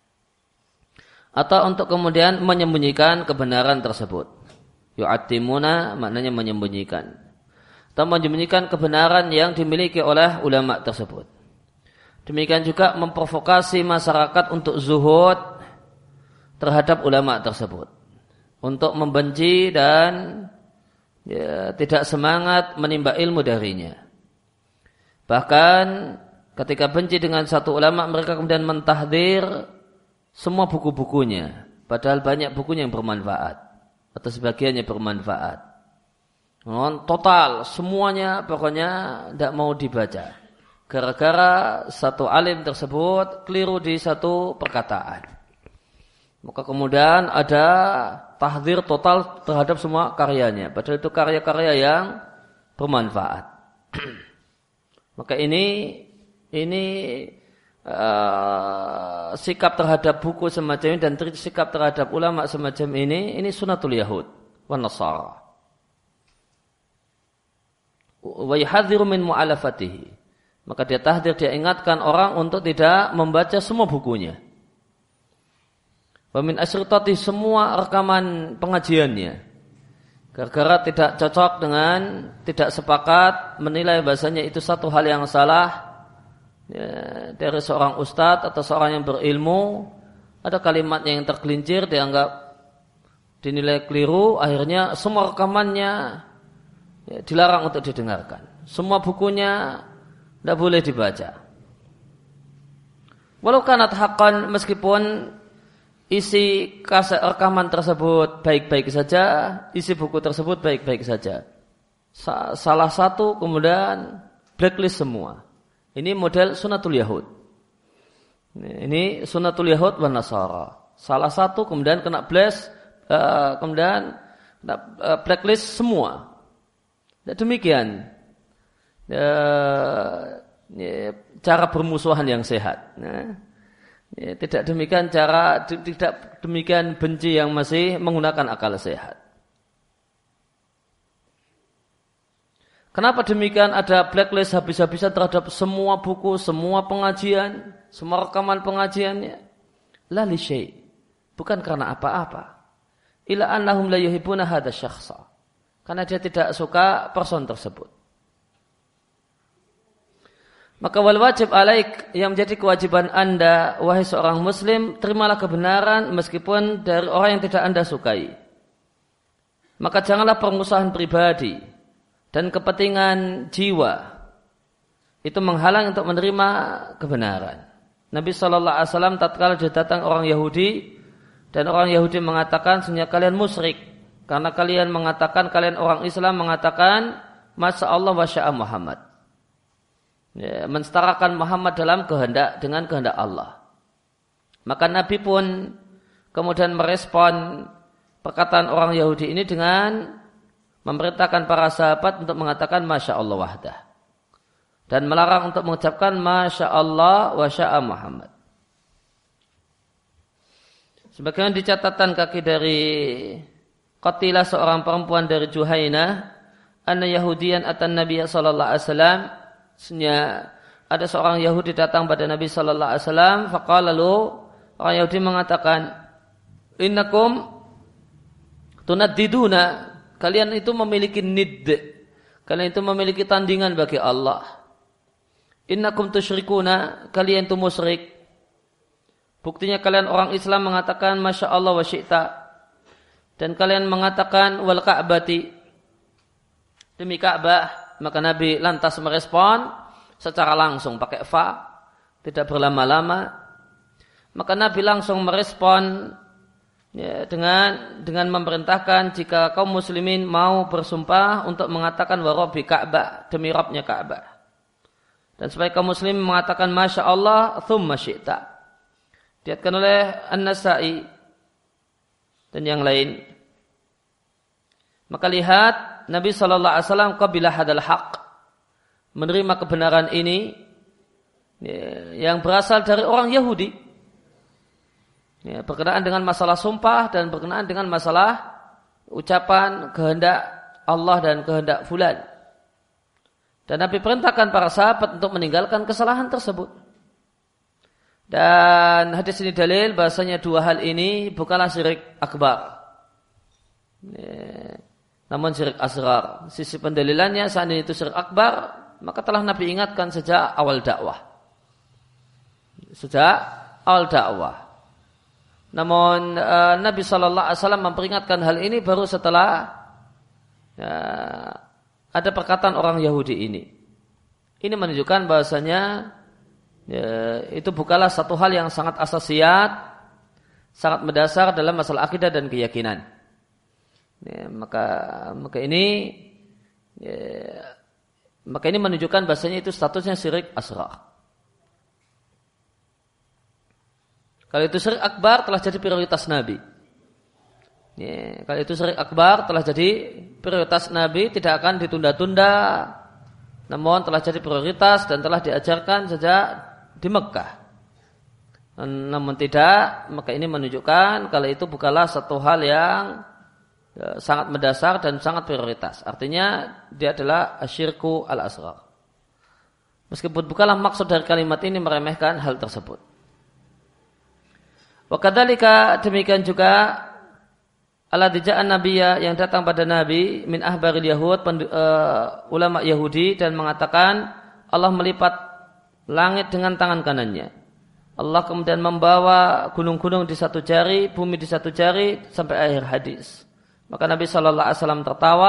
atau untuk kemudian menyembunyikan kebenaran tersebut. Yu'attimuna maknanya menyembunyikan, atau menyembunyikan kebenaran yang dimiliki oleh ulama tersebut. Demikian juga memprovokasi masyarakat untuk zuhud terhadap ulama tersebut, untuk membenci dan ya, tidak semangat menimba ilmu darinya. Bahkan ketika benci dengan satu ulama, mereka kemudian mentahdir semua buku-bukunya, padahal banyak bukunya yang bermanfaat atau sebagiannya bermanfaat. Total semuanya pokoknya tidak mau dibaca, gara-gara satu alim tersebut keliru di satu perkataan. Maka kemudian ada tahdzir total terhadap semua karyanya, padahal itu karya-karya yang bermanfaat. Maka ini ini uh, sikap terhadap buku semacam ini dan sikap terhadap ulama semacam ini, ini sunnatul Yahud wan Nasara. Wa yuhadziru min mu'alafatihi. Maka dia tahdzir, dia ingatkan orang untuk tidak membaca semua bukunya. Wa min asyrutati, semua rekaman pengajiannya, gara-gara tidak cocok dengan, tidak sepakat menilai bahasanya itu satu hal yang salah ya, dari seorang ustadz atau seorang yang berilmu. Ada kalimat yang tergelincir, dianggap dinilai keliru, akhirnya semua rekamannya ya, dilarang untuk didengarkan, semua bukunya tidak boleh dibaca. Walau kanat haqqan, meskipun isi kaset rekaman tersebut baik-baik saja, isi buku tersebut baik-baik saja. Salah satu kemudian blacklist semua. Ini model Sunnatul Yahud. Ini Sunnatul Yahud wan Nasara. Salah satu kemudian kena blast, uh, kemudian kena uh, blacklist semua. Dan demikian uh, cara bermusuhan yang sehat. Nah, ya, tidak demikian cara, tidak demikian benci yang masih menggunakan akal sehat. Kenapa demikian ada blacklist habis-habisan terhadap semua buku, semua pengajian, semua rekaman pengajiannya? La li syai', bukan karena apa-apa. Ila annahum la yuhibbuna hadha syakhsa. Karena dia tidak suka person tersebut. Maka wal wajib alaik, yang menjadi kewajiban anda, wahai seorang muslim, terimalah kebenaran meskipun dari orang yang tidak anda sukai. Maka janganlah permusuhan pribadi dan kepentingan jiwa itu menghalang untuk menerima kebenaran. Nabi shallallahu alaihi wasallam tatkala dia datang orang Yahudi dan orang Yahudi mengatakan sesungguhnya kalian musyrik karena kalian mengatakan, kalian orang Islam mengatakan masya Allah wa sya'a Muhammad. Ya, mensetarakan Muhammad dalam kehendak dengan kehendak Allah. Maka Nabi pun kemudian merespon perkataan orang Yahudi ini dengan memerintahkan para sahabat untuk mengatakan masya Allah wahdah dan melarang untuk mengucapkan masya Allah wa sya'a Muhammad. Sebagaimana dicatatan kaki dari Qatilah, seorang perempuan dari Juhainah, anna Yahudiyan atan Nabi sallallahu alaihi wasallam, sebenarnya ada seorang Yahudi datang pada Nabi sallallahu alaihi wasallam, faqala lalu, orang Yahudi mengatakan, innakum tunaddiduna, kalian itu memiliki nid, kalian itu memiliki tandingan bagi Allah. Innakum tusyrikuna, kalian itu musyrik. Buktinya kalian orang Islam mengatakan masya Allah wa syi'ta, dan kalian mengatakan wal ka'bati, demi Ka'bah. Maka Nabi lantas merespon secara langsung pakai fa, tidak berlama-lama. Maka Nabi langsung merespon ya, dengan dengan memerintahkan jika kaum muslimin mau bersumpah untuk mengatakan wa rabbi Ka'bah, demi Rabbnya Ka'bah. Dan supaya kaum muslimin mengatakan masya Allah thumma syi'ta. Diriwayatkan oleh An-Nasa'i dan yang lain. Maka lihat Nabi sallallahu alaihi wasallam qabila hadal haq, menerima kebenaran ini ya, yang berasal dari orang Yahudi. Ya, berkenaan dengan masalah sumpah dan berkenaan dengan masalah ucapan kehendak Allah dan kehendak fulan. Dan Nabi perintahkan para sahabat untuk meninggalkan kesalahan tersebut. Dan hadis ini dalil bahasanya dua hal ini bukanlah syirik akbar. Ya, namun syirik asghar. Sisi pendalilannya seandainya itu syirik akbar, maka telah Nabi ingatkan sejak awal dakwah. Sejak awal dakwah. Namun uh, Nabi shallallahu alaihi wasallam memperingatkan hal ini baru setelah uh, ada perkataan orang Yahudi ini. Ini menunjukkan bahasanya ya, itu bukanlah satu hal yang sangat asasiat, sangat mendasar dalam masalah akidah dan keyakinan. Ya, maka maka ini ya, maka ini menunjukkan bahasanya itu statusnya syirik asghar. Kalau itu syirik akbar telah jadi prioritas Nabi. Ya, kalau itu syirik akbar telah jadi prioritas Nabi, tidak akan ditunda-tunda, namun telah jadi prioritas dan telah diajarkan sejak di Mekah. Namun tidak, maka ini menunjukkan kalau itu bukanlah satu hal yang ya, sangat mendasar dan sangat prioritas. Artinya dia adalah asyirku al-asghar. Meskipun bukanlah maksud dari kalimat ini meremehkan hal tersebut. Wa kadzalika, demikian juga aladija'an nabiyya, yang datang pada Nabi min ahbaril Yahud, pendu, uh, ulama Yahudi, dan mengatakan Allah melipat langit dengan tangan kanannya. Allah kemudian membawa gunung-gunung di satu jari, bumi di satu jari, sampai akhir hadis. Maka Nabi shallallahu alaihi wasallam tertawa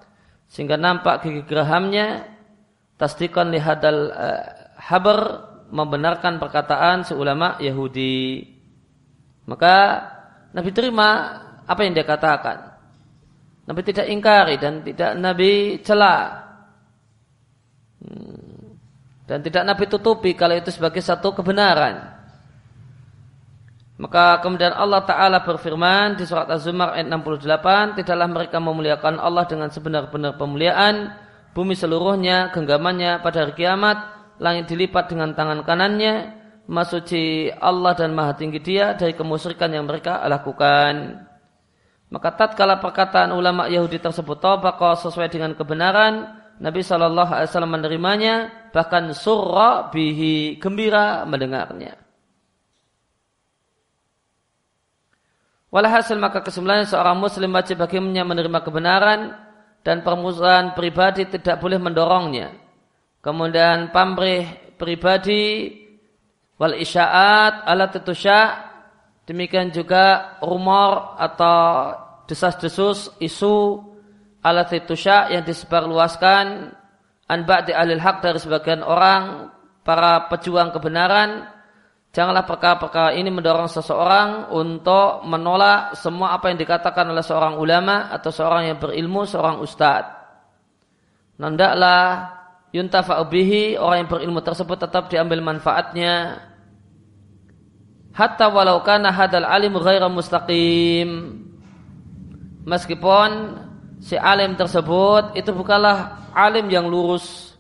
sehingga nampak gigi gerahamnya. Tasdiqan lihadal uh, habar, membenarkan perkataan si ulama Yahudi. Maka Nabi terima apa yang dia katakan. Nabi tidak ingkari dan tidak Nabi cela. Dan tidak Nabi tutupi kalau itu sebagai satu kebenaran. Maka kemudian Allah Ta'ala berfirman di surat Az-Zumar ayat enam puluh delapan, tidaklah mereka memuliakan Allah dengan sebenar-benar pemuliaan, bumi seluruhnya, genggamannya pada hari kiamat, langit dilipat dengan tangan kanannya, Maha suci Allah dan maha tinggi Dia dari kemusyrikan yang mereka lakukan. Maka tatkala perkataan ulama Yahudi tersebut tabaqah sesuai dengan kebenaran, Nabi shallallahu alaihi wasallam menerimanya, bahkan surra bihi, gembira mendengarnya. Walhasil maka kesimpulannya seorang muslim wajib baginya menerima kebenaran dan permusuhan pribadi tidak boleh mendorongnya. Kemudian pamrih pribadi wal isya'at ala titusya, demikian juga rumor atau desas-desus isu ala titusya yang disebarluaskan an ba'di ahlil haq dari sebagian orang para pejuang kebenaran. Janganlah perkara-perkara ini mendorong seseorang untuk menolak semua apa yang dikatakan oleh seorang ulama atau seorang yang berilmu, seorang ustadz. Hendaklah yuntafa'u bihi, orang yang berilmu tersebut tetap diambil manfaatnya. Hatta walau kana hadal alim ghaira mustaqim. Meskipun si alim tersebut itu bukanlah alim yang lurus.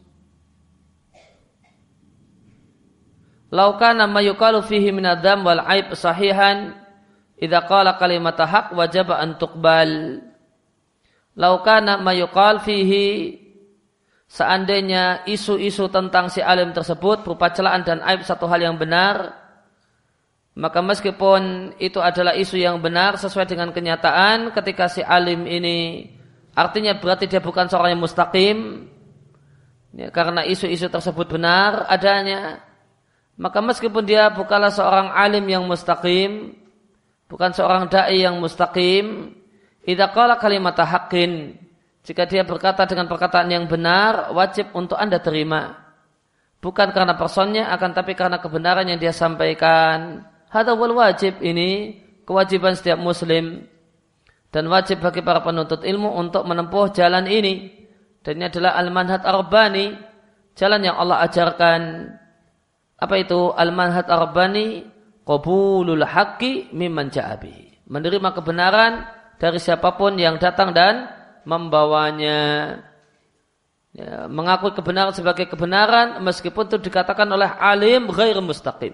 Lau kana ma yuqalu fihi min adzam wal aib sahihan idza qala kalimata haq wajib an tuqbal. Lau kana ma yuqal fihi, seandainya isu-isu tentang si alim tersebut berupa celaan dan aib satu hal yang benar, maka meskipun itu adalah isu yang benar sesuai dengan kenyataan, ketika si alim ini artinya berarti dia bukan seorang yang mustaqim ya, karena isu-isu tersebut benar adanya, maka meskipun dia bukanlah seorang alim yang mustaqim, bukan seorang da'i yang mustaqim, idza qala kalimata haqqin, jika dia berkata dengan perkataan yang benar, wajib untuk Anda terima. Bukan karena personnya, akan tapi karena kebenaran yang dia sampaikan. Hadza wal wajib, ini kewajiban setiap muslim. Dan wajib bagi para penuntut ilmu untuk menempuh jalan ini. Dan ini adalah al-manhaj ar-rabbani, jalan yang Allah ajarkan. Apa itu al-manhaj ar-rabbani? Qabulul haqqi mimman ja'a bihi. Menerima kebenaran dari siapapun yang datang dan membawanya. Ya, mengakui kebenaran sebagai kebenaran meskipun itu dikatakan oleh alim ghair mustaqim.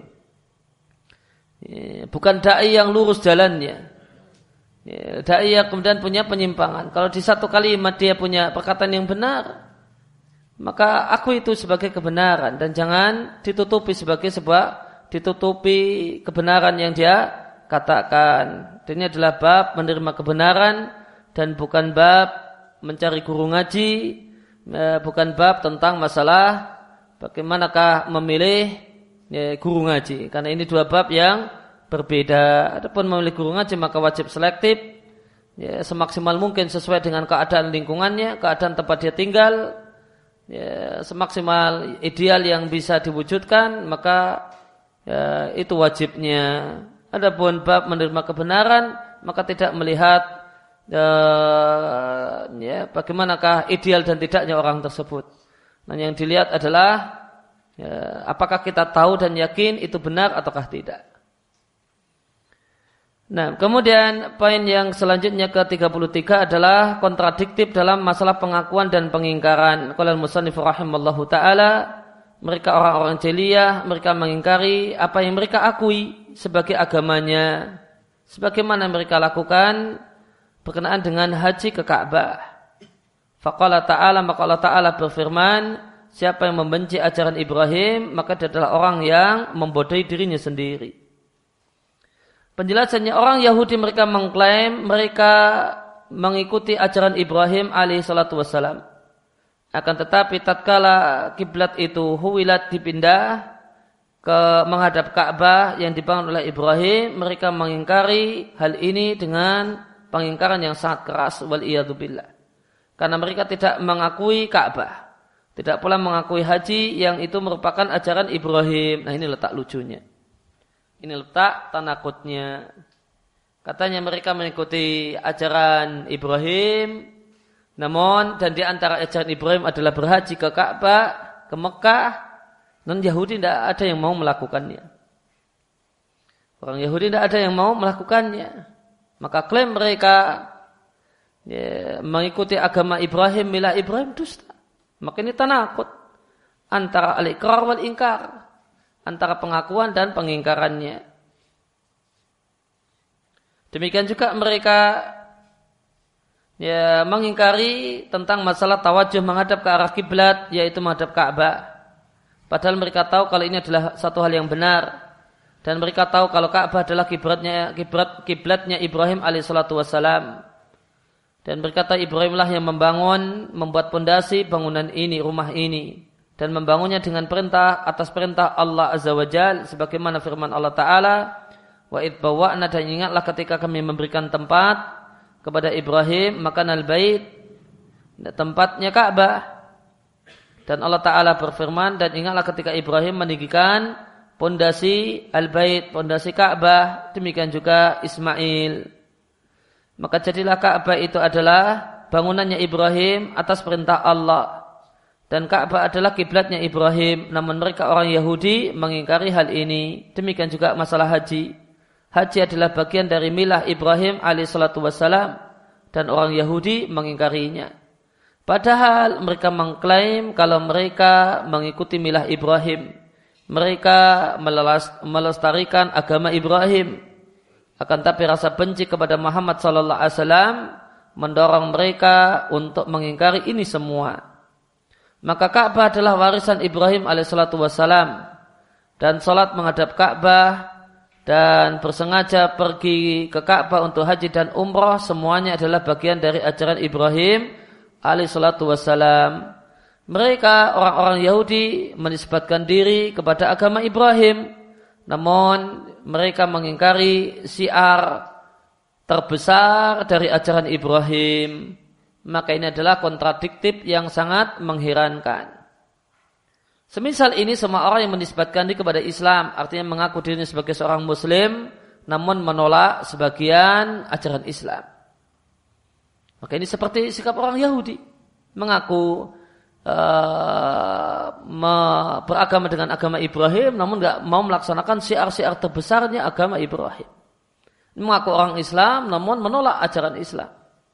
Ya, bukan dai yang lurus jalannya. Ya, dai yang kemudian punya penyimpangan. Kalau di satu kalimat dia punya perkataan yang benar, maka aku itu sebagai kebenaran dan jangan ditutupi sebagai sebuah ditutupi kebenaran yang dia katakan. Dan ini adalah bab menerima kebenaran dan bukan bab mencari guru ngaji, bukan bab tentang masalah bagaimanakah memilih guru ngaji. Karena ini dua bab yang berbeda. Adapun memilih guru ngaji maka wajib selektif, ya, semaksimal mungkin sesuai dengan keadaan lingkungannya, keadaan tempat dia tinggal. Ya, semaksimal ideal yang bisa diwujudkan, maka ya, itu wajibnya. Adapun bab menerima kebenaran, maka tidak melihat ya, ya, bagaimanakah ideal dan tidaknya orang tersebut. Nah, yang dilihat adalah ya, apakah kita tahu dan yakin itu benar ataukah tidak. Nah, kemudian poin yang selanjutnya ke tiga puluh tiga adalah kontradiktif dalam masalah pengakuan dan pengingkaran. Qala al-musannif rahimallahu taala, mereka orang-orang jahiliyah, mereka mengingkari apa yang mereka akui sebagai agamanya, sebagaimana mereka lakukan berkenaan dengan haji ke Ka'bah. Faqala ta'ala, maka Allah Ta'ala berfirman, siapa yang membenci ajaran Ibrahim, maka dia adalah orang yang membodohi dirinya sendiri. Penjelasannya, orang Yahudi mereka mengklaim mereka mengikuti ajaran Ibrahim alaihi salatu wassalam. Akan tetapi tatkala kiblat itu huwilat dipindah ke menghadap Ka'bah yang dibangun oleh Ibrahim, mereka mengingkari hal ini dengan pengingkaran yang sangat keras, wal iyadu billah. Karena mereka tidak mengakui Ka'bah. Tidak pula mengakui haji yang itu merupakan ajaran Ibrahim. Nah, ini letak lucunya. Ini letak tanakutnya. Katanya mereka mengikuti ajaran Ibrahim, namun dan di antara ajaran Ibrahim adalah berhaji ke Ka'bah, ke Mekah. Non Yahudi tidak ada yang mau melakukannya. Orang Yahudi tidak ada yang mau melakukannya. Maka klaim mereka ya, mengikuti agama Ibrahim, milah Ibrahim dusta. Maka ini tanakut antara al-iqrar wal ingkar, antara pengakuan dan pengingkarannya. Demikian juga mereka ya mengingkari tentang masalah tawajuh menghadap ke arah kiblat, yaitu menghadap Ka'bah. Padahal mereka tahu kalau ini adalah satu hal yang benar, dan mereka tahu kalau Ka'bah adalah kiblatnya kiblat kiblatnya Ibrahim alaihissalatu wassalam. Dan berkata Ibrahimlah yang membangun, membuat pondasi bangunan ini, rumah ini, dan membangunnya dengan perintah atas perintah Allah Azza wa Jalla, sebagaimana firman Allah Taala, wa id bawa'na, dan ingatlah ketika kami memberikan tempat kepada Ibrahim makan al-bait, tempatnya Ka'bah. Dan Allah Taala berfirman, dan ingatlah ketika Ibrahim meninggikan pondasi al-bait, pondasi Ka'bah, demikian juga Ismail. Maka jadilah Ka'bah itu adalah bangunannya Ibrahim atas perintah Allah. Dan Ka'bah adalah kiblatnya Ibrahim. Namun mereka orang Yahudi mengingkari hal ini. Demikian juga masalah haji. Haji adalah bagian dari milah Ibrahim alaihissalatu wassalam. Dan orang Yahudi mengingkarinya. Padahal mereka mengklaim kalau mereka mengikuti milah Ibrahim. Mereka melestarikan agama Ibrahim. Akan tapi rasa benci kepada Muhammad sallallahu alaihi wasallam mendorong mereka untuk mengingkari ini semua. Maka Ka'bah adalah warisan Ibrahim alaihissalatu wassalam, dan salat menghadap Ka'bah dan bersengaja pergi ke Ka'bah untuk haji dan umrah semuanya adalah bagian dari ajaran Ibrahim alaihissalatu wassalam. Mereka orang-orang Yahudi menisbatkan diri kepada agama Ibrahim, namun mereka mengingkari syiar terbesar dari ajaran Ibrahim. Maka ini adalah kontradiktif yang sangat mengherankan. Semisal ini semua orang yang menisbatkan diri kepada Islam, artinya mengaku dirinya sebagai seorang Muslim, namun menolak sebagian ajaran Islam. Maka ini seperti sikap orang Yahudi, mengaku Uh, beragama dengan agama Ibrahim, namun tidak mau melaksanakan syiar-syiar terbesarnya agama Ibrahim. Mengaku orang Islam, namun menolak ajaran Islam.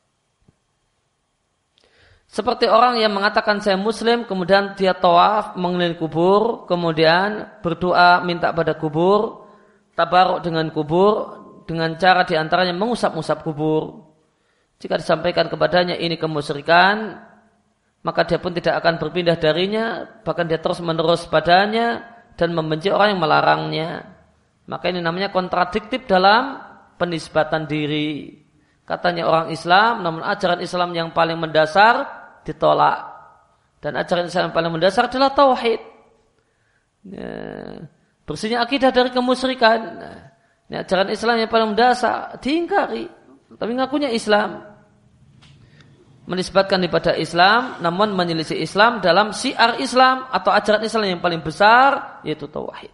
Seperti orang yang mengatakan saya Muslim, kemudian dia tawaf mengelilingi kubur, kemudian berdoa minta pada kubur, tabaruk dengan kubur, dengan cara diantaranya mengusap-usap kubur. Jika disampaikan kepadanya ini kemusyrikan, maka dia pun tidak akan berpindah darinya, bahkan dia terus menerus padanya dan membenci orang yang melarangnya. Maka ini namanya kontradiktif dalam penisbatan diri. Katanya orang Islam, namun ajaran Islam yang paling mendasar ditolak. Dan ajaran Islam yang paling mendasar adalah tauhid. Ya, bersihnya akidah dari kemusyrikan. Nah, ini ajaran Islam yang paling mendasar diingkari, tapi ngakunya Islam. Menisbatkan kepada Islam, namun menyelisih Islam dalam syiar Islam atau ajaran Islam yang paling besar, yaitu tauhid.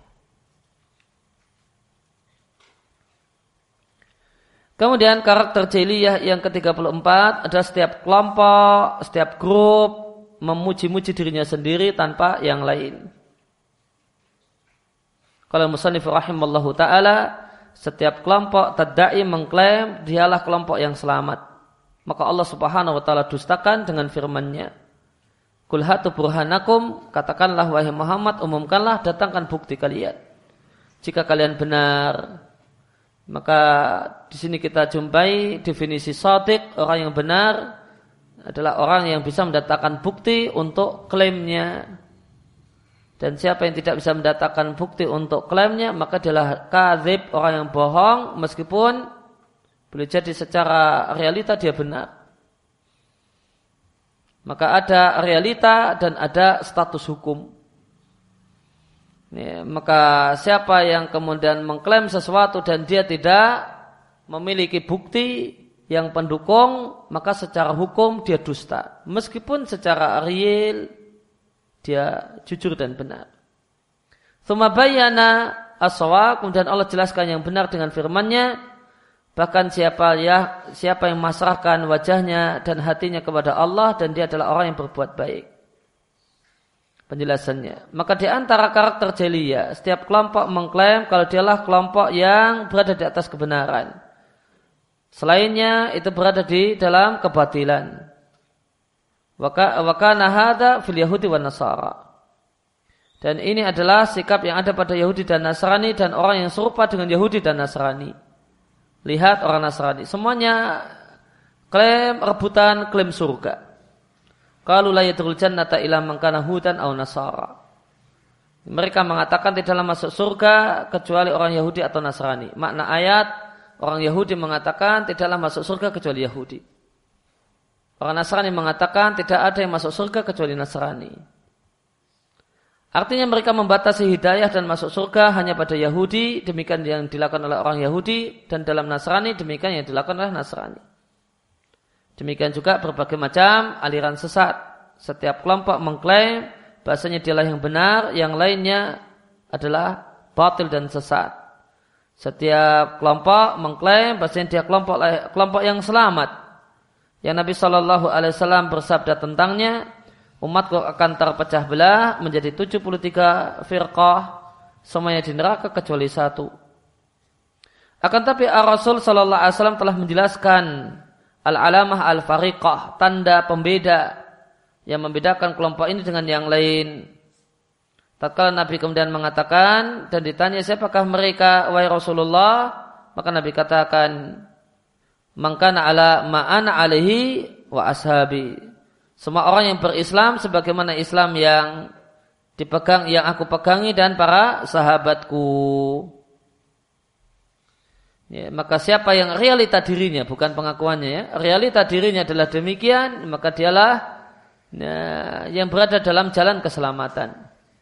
Kemudian karakter jahiliyah yang ke tiga puluh empat ada setiap kelompok, setiap grup memuji-muji dirinya sendiri tanpa yang lain. Kalau musannif rahimallahu taala, setiap kelompok tadda'i mengklaim dialah kelompok yang selamat. Maka Allah Subhanahu wa taala dustakan dengan firman-Nya. Qul hatu burhanakum, katakanlah wahai Muhammad, umumkanlah, datangkan bukti kalian. Jika kalian benar, maka di sini kita jumpai definisi shadiq, orang yang benar adalah orang yang bisa mendatangkan bukti untuk klaimnya. Dan siapa yang tidak bisa mendatangkan bukti untuk klaimnya, maka adalah kadzib, orang yang bohong, meskipun boleh jadi secara realita dia benar. Maka ada realita dan ada status hukum. Ya, maka siapa yang kemudian mengklaim sesuatu dan dia tidak memiliki bukti yang pendukung, maka secara hukum dia dusta. Meskipun secara real dia jujur dan benar. Tsumma bayyana as-shawab, kemudian Allah jelaskan yang benar dengan firman-Nya, bahkan siapa ya siapa yang memasrahkan wajahnya dan hatinya kepada Allah dan dia adalah orang yang berbuat baik. Penjelasannya, maka di antara karakter jahiliyah, setiap kelompok mengklaim kalau dialah kelompok yang berada di atas kebenaran. Selainnya itu berada di dalam kebatilan. Wa kana hadza fil yahudi wan nasara. Dan ini adalah sikap yang ada pada Yahudi dan Nasrani dan orang yang serupa dengan Yahudi dan Nasrani. Lihat orang Nasrani, semuanya klaim rebutan klaim surga. Qalu la yadkhulul jannata illa man kana hudan aw nasara. Mereka mengatakan tidaklah masuk surga kecuali orang Yahudi atau Nasrani. Makna ayat, orang Yahudi mengatakan tidaklah masuk surga kecuali Yahudi. Orang Nasrani mengatakan tidak ada yang masuk surga kecuali Nasrani. Artinya mereka membatasi hidayah dan masuk surga hanya pada Yahudi, demikian yang dilakukan oleh orang Yahudi, dan dalam Nasrani demikian yang dilakukan oleh Nasrani. Demikian juga berbagai macam aliran sesat. Setiap kelompok mengklaim bahasanya dialah yang benar, yang lainnya adalah batil dan sesat. Setiap kelompok mengklaim bahasanya dia kelompok kelompok yang selamat. Yang Nabi shallallahu alaihi wasallam bersabda tentangnya, umatku akan terpecah belah menjadi tujuh puluh tiga firqah, semuanya di neraka kecuali satu. Akan tapi Rasul shallallahu alaihi wasallam telah menjelaskan al-alamah al-fariqah, tanda pembeda yang membedakan kelompok ini dengan yang lain. Tatkala Nabi kemudian mengatakan dan ditanya siapakah mereka wahai Rasulullah, maka Nabi katakan man kana ala ma ana alaihi wa ashabi. Semua orang yang berislam sebagaimana Islam yang dipegang yang aku pegangi dan para sahabatku. Ya, maka siapa yang realita dirinya, bukan pengakuannya ya, realita dirinya adalah demikian, maka dialah ya, yang berada dalam jalan keselamatan.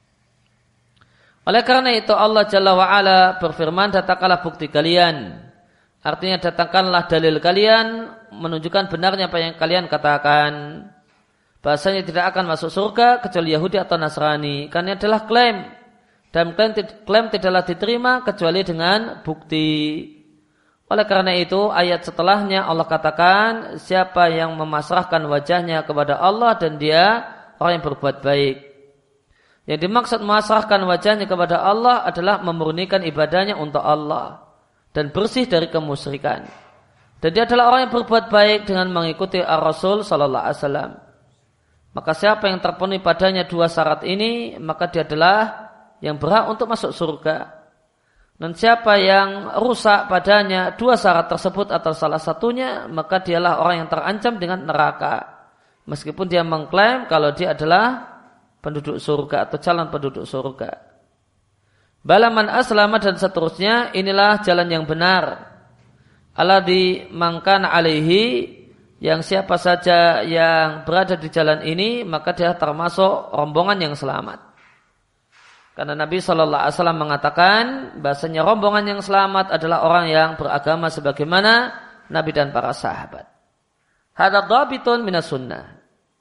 Oleh karena itu Allah Jalla wa'ala berfirman, datangkanlah bukti kalian. Artinya datangkanlah dalil kalian menunjukkan benarnya apa yang kalian katakan. Bahasanya tidak akan masuk surga kecuali Yahudi atau Nasrani. Karena ini adalah klaim. Dan klaim, klaim tidaklah diterima kecuali dengan bukti. Oleh karena itu ayat setelahnya Allah katakan siapa yang memasrahkan wajahnya kepada Allah dan dia orang yang berbuat baik. Yang dimaksud memasrahkan wajahnya kepada Allah adalah memurnikan ibadahnya untuk Allah dan bersih dari kemusyrikan. Dan dia adalah orang yang berbuat baik dengan mengikuti Ar-Rasul sallallahu alaihi wasallam. Maka siapa yang terpenuhi padanya dua syarat ini, maka dia adalah yang berhak untuk masuk surga. Dan siapa yang rusak padanya dua syarat tersebut atau salah satunya, maka dialah orang yang terancam dengan neraka. Meskipun dia mengklaim kalau dia adalah penduduk surga atau calon penduduk surga. Balaman aslama dan seterusnya, inilah jalan yang benar. Alladzi mangkana alaihi, yang siapa saja yang berada di jalan ini, maka dia termasuk rombongan yang selamat. Karena Nabi shallallahu alaihi wasallam mengatakan bahasanya rombongan yang selamat adalah orang yang beragama sebagaimana Nabi dan para sahabat. Hadza dhabitun minas sunnah.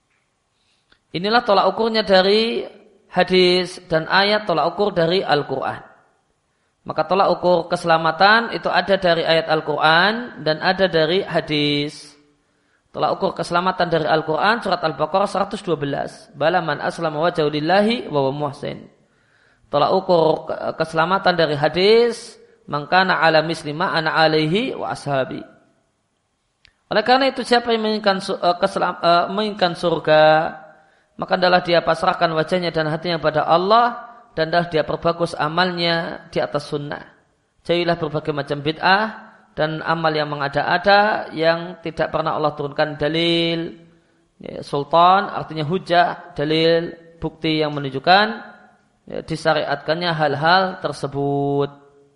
Inilah tolak ukurnya dari hadis dan ayat, tolak ukur dari Al-Quran. Maka tolak ukur keselamatan itu ada dari ayat Al-Quran dan ada dari hadis. Tolak ukur keselamatan dari Al-Quran surat Al-Baqarah seratus dua belas. Bala man aslama wajhahu lillahi wa huwa muhsin. Tolak ukur keselamatan dari hadis, mangkana ala mislima ana alaihi wa ashabi. Oleh karena itu siapa yang menginginkan, uh, keselam, uh, menginginkan surga, maka adalah dia pasrahkan wajahnya dan hatinya pada Allah dan adalah dia perbagus amalnya di atas sunnah. Jauhilah berbagai macam bid'ah dan amal yang mengada-ada yang tidak pernah Allah turunkan dalil ya, sultan artinya hujah, dalil bukti yang menunjukkan ya, disyariatkannya hal-hal tersebut.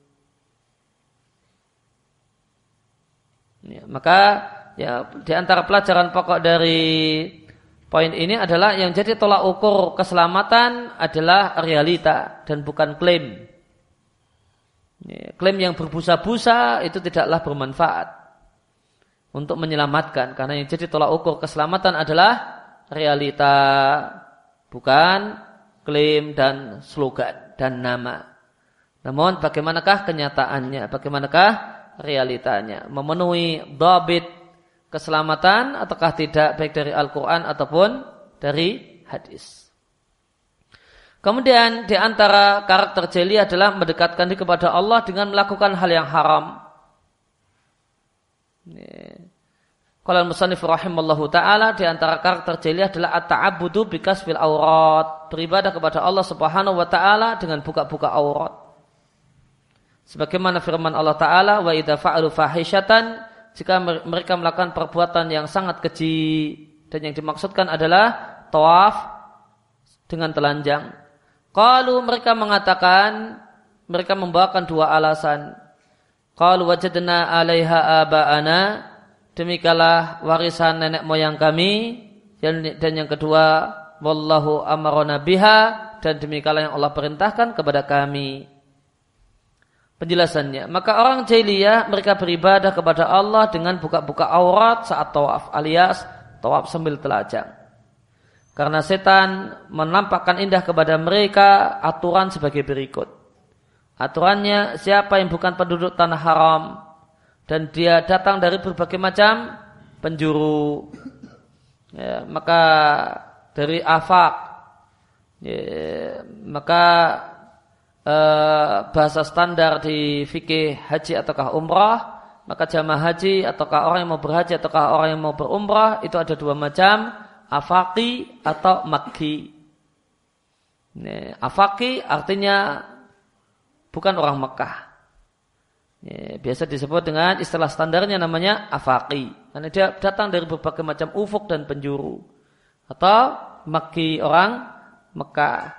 Ya, maka ya di antara pelajaran pokok dari poin ini adalah yang jadi tolak ukur keselamatan adalah realita dan bukan klaim. Ya, klaim yang berbusa-busa itu tidaklah bermanfaat untuk menyelamatkan, karena yang jadi tolak ukur keselamatan adalah realita, bukan klaim dan slogan dan nama. Namun bagaimanakah kenyataannya? Bagaimanakah realitanya? Memenuhi dhabit keselamatan ataukah tidak, baik dari Al-Quran ataupun dari hadis. Kemudian di antara karakter jeli adalah mendekatkan diri kepada Allah dengan melakukan hal yang haram. Qala al-musannif rahimallahu taala, di antara karakter jeli adalah at-ta'abbudu bi kasfil aurat, beribadah kepada Allah Subhanahu wa taala dengan buka-buka aurat. Sebagaimana firman Allah taala, wa idza fa'alu fahishatan, jika mereka melakukan perbuatan yang sangat keji, dan yang dimaksudkan adalah tawaf dengan telanjang. Qalu, mereka mengatakan, mereka membawakan dua alasan. Qalu wajadna 'alaiha aba'ana, demikianlah warisan nenek moyang kami, dan yang kedua wallahu amarona biha, dan demikianlah yang Allah perintahkan kepada kami. Penjelasannya, maka orang jahiliyah mereka beribadah kepada Allah dengan buka-buka aurat saat tawaf, alias tawaf sambil telanjang. Karena setan menampakkan indah kepada mereka aturan sebagai berikut. Aturannya, siapa yang bukan penduduk tanah haram dan dia datang dari berbagai macam penjuru, ya, maka dari afaq, ya, maka eh, bahasa standar di fikih haji ataukah umrah, maka jamaah haji ataukah orang yang mau berhaji ataukah orang yang mau berumrah itu ada dua macam, afaqi atau makki. Ini, afaqi artinya bukan orang Mekah. Ini, biasa disebut dengan istilah standarnya namanya afaqi. Karena dia datang dari berbagai macam ufuk dan penjuru. Atau makki, orang Mekah.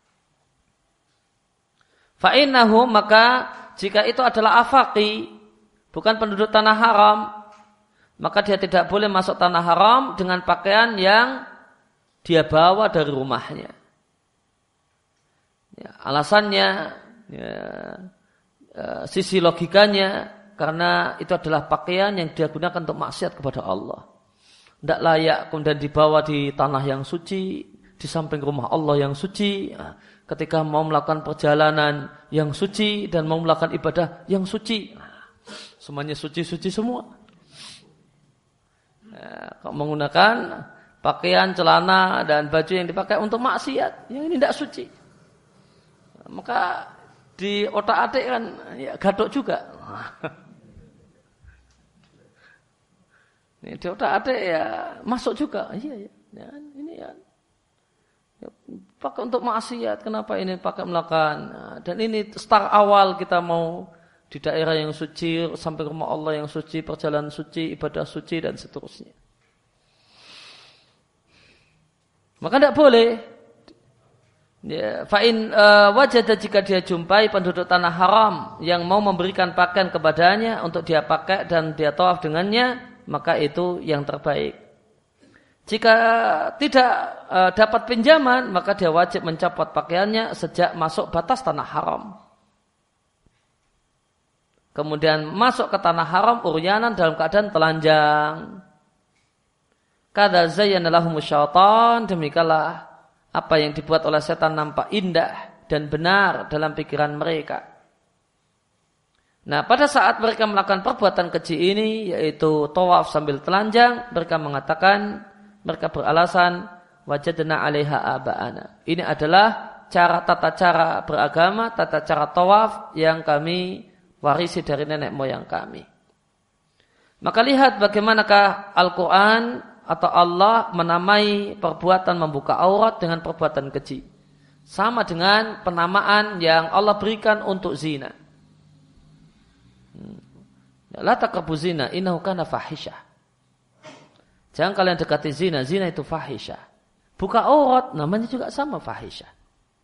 Fa'innahu, maka jika itu adalah afaqi, bukan penduduk tanah haram, maka dia tidak boleh masuk tanah haram dengan pakaian yang dia bawa dari rumahnya. Ya, alasannya, ya, uh, sisi logikanya, karena itu adalah pakaian yang dia gunakan untuk maksiat kepada Allah. Tidak layak kemudian dibawa di tanah yang suci, di samping rumah Allah yang suci, ketika mau melakukan perjalanan yang suci dan mau melakukan ibadah yang suci. Semuanya suci-suci semua. Ya, kalau menggunakan pakaian, celana dan baju yang dipakai untuk maksiat, yang ini tidak suci, maka di otak-atik kan ya gadok juga. Ini di otak-atik ya masuk juga. Iya ya, ya ini ya, ya pakai untuk maksiat. Kenapa ini pakai melakukan? Nah, dan ini start awal kita mau di daerah yang suci, sampai rumah Allah yang suci, perjalanan suci, ibadah suci, dan seterusnya. Maka tidak boleh. Ya, fa'in uh, wajada, jika dia jumpai penduduk tanah haram yang mau memberikan pakaian kepadanya untuk dia pakai dan dia tawaf dengannya, maka itu yang terbaik. Jika tidak uh, dapat pinjaman, maka dia wajib mencopot pakaiannya sejak masuk batas tanah haram. Kemudian masuk ke tanah haram uryanan dalam keadaan telanjang. Kadza zayyana lahumus syaitan, demikianlah apa yang dibuat oleh setan nampak indah dan benar dalam pikiran mereka. Nah, pada saat mereka melakukan perbuatan keji ini, yaitu tawaf sambil telanjang, mereka mengatakan, mereka beralasan, wajadna 'alaiha aba'ana. Ini adalah cara tata cara beragama, tata cara tawaf yang kami warisi dari nenek moyang kami. Maka lihat bagaimanakah Al-Quran atau Allah menamai perbuatan membuka aurat dengan perbuatan keji. Sama dengan penamaan yang Allah berikan untuk zina. La taqrabu zina innahu kana fahisyah. Jangan kalian dekati zina, zina itu fahisyah. Buka aurat namanya juga sama fahisyah.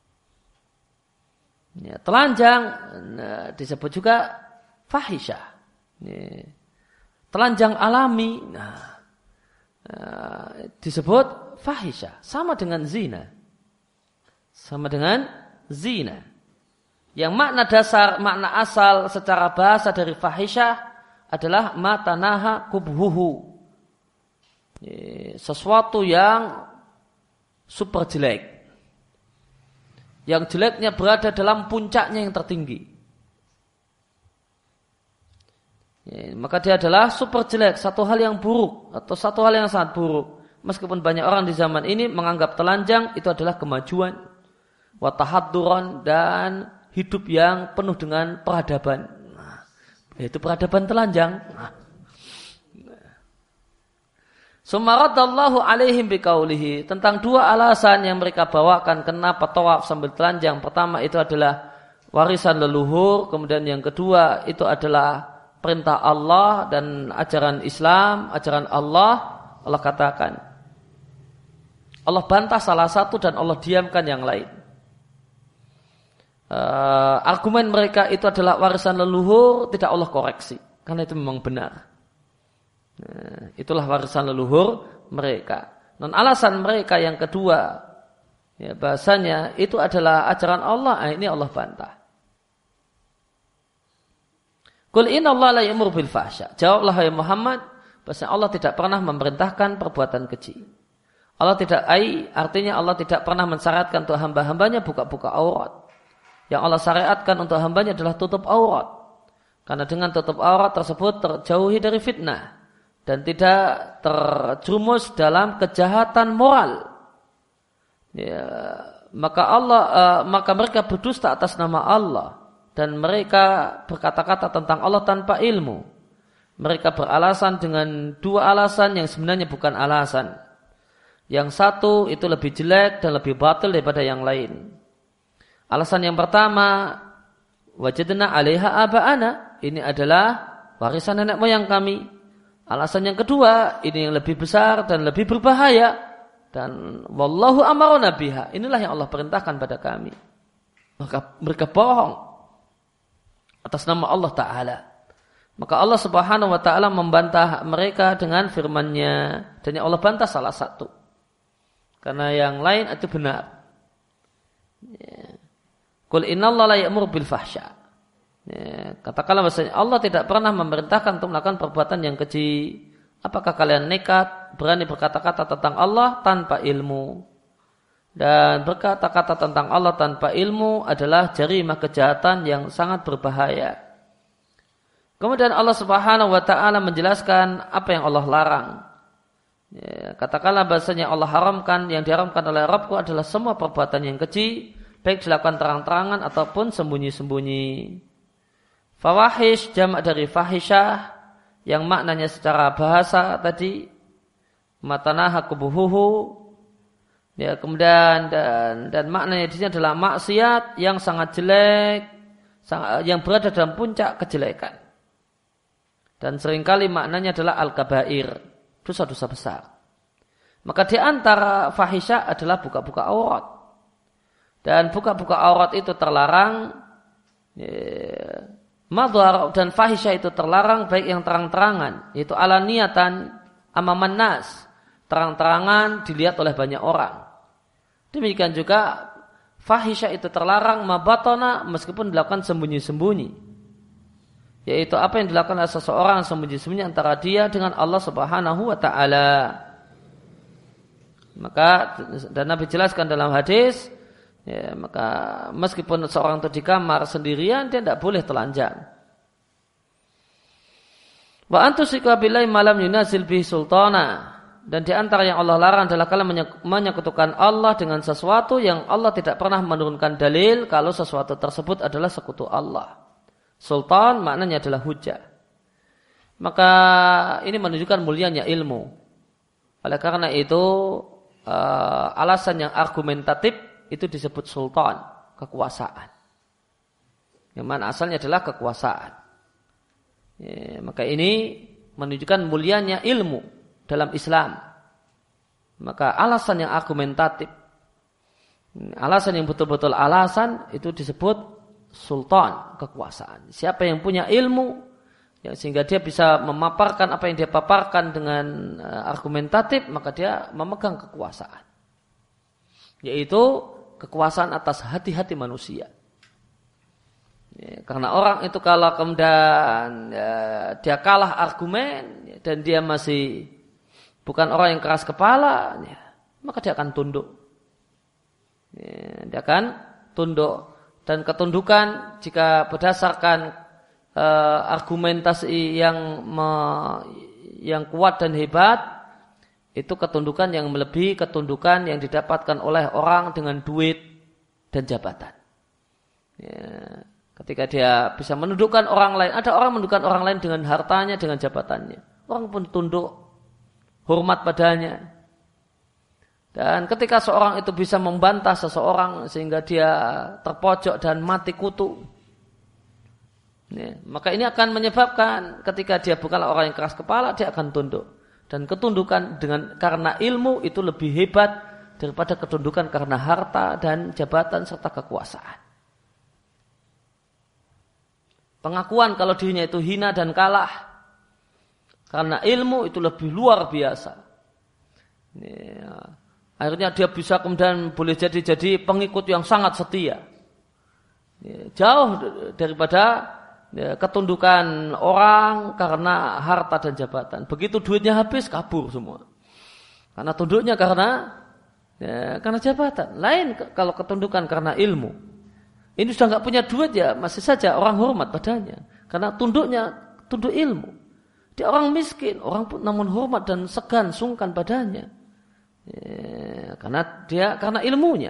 Ya, telanjang nah, disebut juga fahisyah. Ya, telanjang alami nah, nah, disebut fahisyah. Sama dengan zina. Sama dengan zina. Yang makna dasar, makna asal secara bahasa dari fahisyah adalah matanaha kubhuhu. Ya, sesuatu yang super jelek. yang jeleknya berada dalam puncaknya yang tertinggi. Ya, maka dia adalah super jelek, satu hal yang buruk atau satu hal yang sangat buruk. Meskipun banyak orang di zaman ini menganggap telanjang itu adalah kemajuan, wa tahadduran, dan hidup yang penuh dengan peradaban. Nah, yaitu peradaban telanjang. Nah. Sumaradallahu alaihim biqaulihi, tentang dua alasan yang mereka bawakan kenapa tawaf sambil telanjang. Pertama itu adalah warisan leluhur, kemudian yang kedua itu adalah perintah Allah dan ajaran Islam, ajaran Allah. Allah katakan, Allah bantah salah satu dan Allah diamkan yang lain. Uh, argumen mereka itu adalah warisan leluhur, tidak Allah koreksi, karena itu memang benar. Nah, itulah warisan leluhur mereka. Dan alasan mereka yang kedua, ya, bahasanya itu adalah ajaran Allah. Nah, ini Allah bantah. Qul inna Allah la ya'muru bil fahsya. Jawablah ya Muhammad, bahasanya Allah tidak pernah memerintahkan perbuatan keji. Allah tidak ai, artinya Allah tidak pernah mensyaratkan untuk hamba-hambanya buka-buka aurat. Yang Allah syariatkan untuk hambanya adalah tutup aurat. Karena dengan tutup aurat tersebut terjauhi dari fitnah dan tidak terjerumus dalam kejahatan moral. Ya, maka Allah, uh, maka mereka berdusta atas nama Allah dan mereka berkata-kata tentang Allah tanpa ilmu. Mereka beralasan dengan dua alasan yang sebenarnya bukan alasan. Yang satu itu lebih jelek dan lebih batil daripada yang lain. Alasan yang pertama, wajadna 'alaiha aba'ana, ini adalah warisan nenek moyang kami. Alasan yang kedua, ini yang lebih besar dan lebih berbahaya, dan wallahu amaruna biha, inilah yang Allah perintahkan pada kami. Maka mereka bohong atas nama Allah Ta'ala. Maka Allah Subhanahu wa Ta'ala membantah mereka dengan firman-Nya, dan yang Allah bantah salah satu, karena yang lain itu benar. Qul innallaha la ya'muru bil fahsya. Ya, katakanlah bahasanya Allah tidak pernah memerintahkan untuk melakukan perbuatan yang keji. Apakah kalian nekat berani berkata-kata tentang Allah tanpa ilmu? Dan berkata-kata tentang Allah tanpa ilmu adalah jarimah kejahatan yang sangat berbahaya. Kemudian Allah Subhanahu wa Ta'ala menjelaskan apa yang Allah larang. Ya, katakanlah bahasanya Allah haramkan, yang diharamkan oleh Rabbku adalah semua perbuatan yang keji, baik dilakukan terang-terangan ataupun sembunyi-sembunyi. Fawahish jamak dari fahisyah yang maknanya secara bahasa tadi matanaha kubuhuhu, ya, kemudian dan dan maknanya di sini adalah maksiat yang sangat jelek, yang berada dalam puncak kejelekan. Dan seringkali maknanya adalah al-kabair, dosa-dosa besar. Maka di antara fahisyah adalah buka-buka aurat. Dan buka-buka aurat itu terlarang, ya, madhar dan fahisyah itu terlarang baik yang terang-terangan, yaitu alaniatan amaman nas, terang-terangan dilihat oleh banyak orang. Demikian juga fahisyah itu terlarang mabatona meskipun dilakukan sembunyi-sembunyi, yaitu apa yang dilakukan oleh seseorang sembunyi-sembunyi antara dia dengan Allah Subhanahu wa Ta'ala. Maka dan Nabi jelaskan dalam hadis, ya, maka meskipun seorang itu di kamar sendirian, dia tidak boleh telanjang. Wa antusika billahi malam yunazil bihi sultana, dan di antara yang Allah larang adalah kalian menyekutukan Allah dengan sesuatu yang Allah tidak pernah menurunkan dalil kalau sesuatu tersebut adalah sekutu Allah. Sultan maknanya adalah hujah. Maka ini menunjukkan mulianya ilmu. Oleh karena itu uh, alasan yang argumentatif itu disebut sultan, kekuasaan. Yang mana asalnya adalah kekuasaan. Ya, maka ini menunjukkan mulianya ilmu dalam Islam. Maka alasan yang argumentatif, alasan yang betul-betul alasan itu disebut sultan, kekuasaan. Siapa yang punya ilmu, ya, sehingga dia bisa memaparkan apa yang dia paparkan dengan uh, argumentatif, maka dia memegang kekuasaan. Yaitu kekuasaan atas hati-hati manusia. Ya, karena orang itu kalau kemudian ya, dia kalah argumen, ya, dan dia masih bukan orang yang keras kepala, ya, maka dia akan tunduk. Ya, dia akan tunduk. Dan ketundukan jika berdasarkan uh, argumentasi yang me, yang kuat dan hebat, itu ketundukan yang melebihi ketundukan yang didapatkan oleh orang dengan duit dan jabatan. Ya, ketika dia bisa menundukkan orang lain, ada orang menundukkan orang lain dengan hartanya, dengan jabatannya. Orang pun tunduk, hormat padanya. Dan ketika seorang itu bisa membantah seseorang sehingga dia terpojok dan mati kutu, ya, maka ini akan menyebabkan ketika dia bukanlah orang yang keras kepala, dia akan tunduk. Dan ketundukan dengan karena ilmu itu lebih hebat daripada ketundukan karena harta dan jabatan serta kekuasaan. Pengakuan kalau dirinya itu hina dan kalah karena ilmu itu lebih luar biasa. Ya. Akhirnya dia bisa kemudian boleh jadi jadi pengikut yang sangat setia. Ya, jauh daripada ya, ketundukan orang karena harta dan jabatan. Begitu duitnya habis, kabur semua. Karena tunduknya karena ya, karena jabatan. Lain kalau ketundukan karena ilmu. Ini sudah nggak punya duit ya masih saja orang hormat padanya. Karena tunduknya tunduk ilmu. Dia orang miskin, orang pun namun hormat dan segan sungkan padanya. Ya, karena dia karena ilmunya.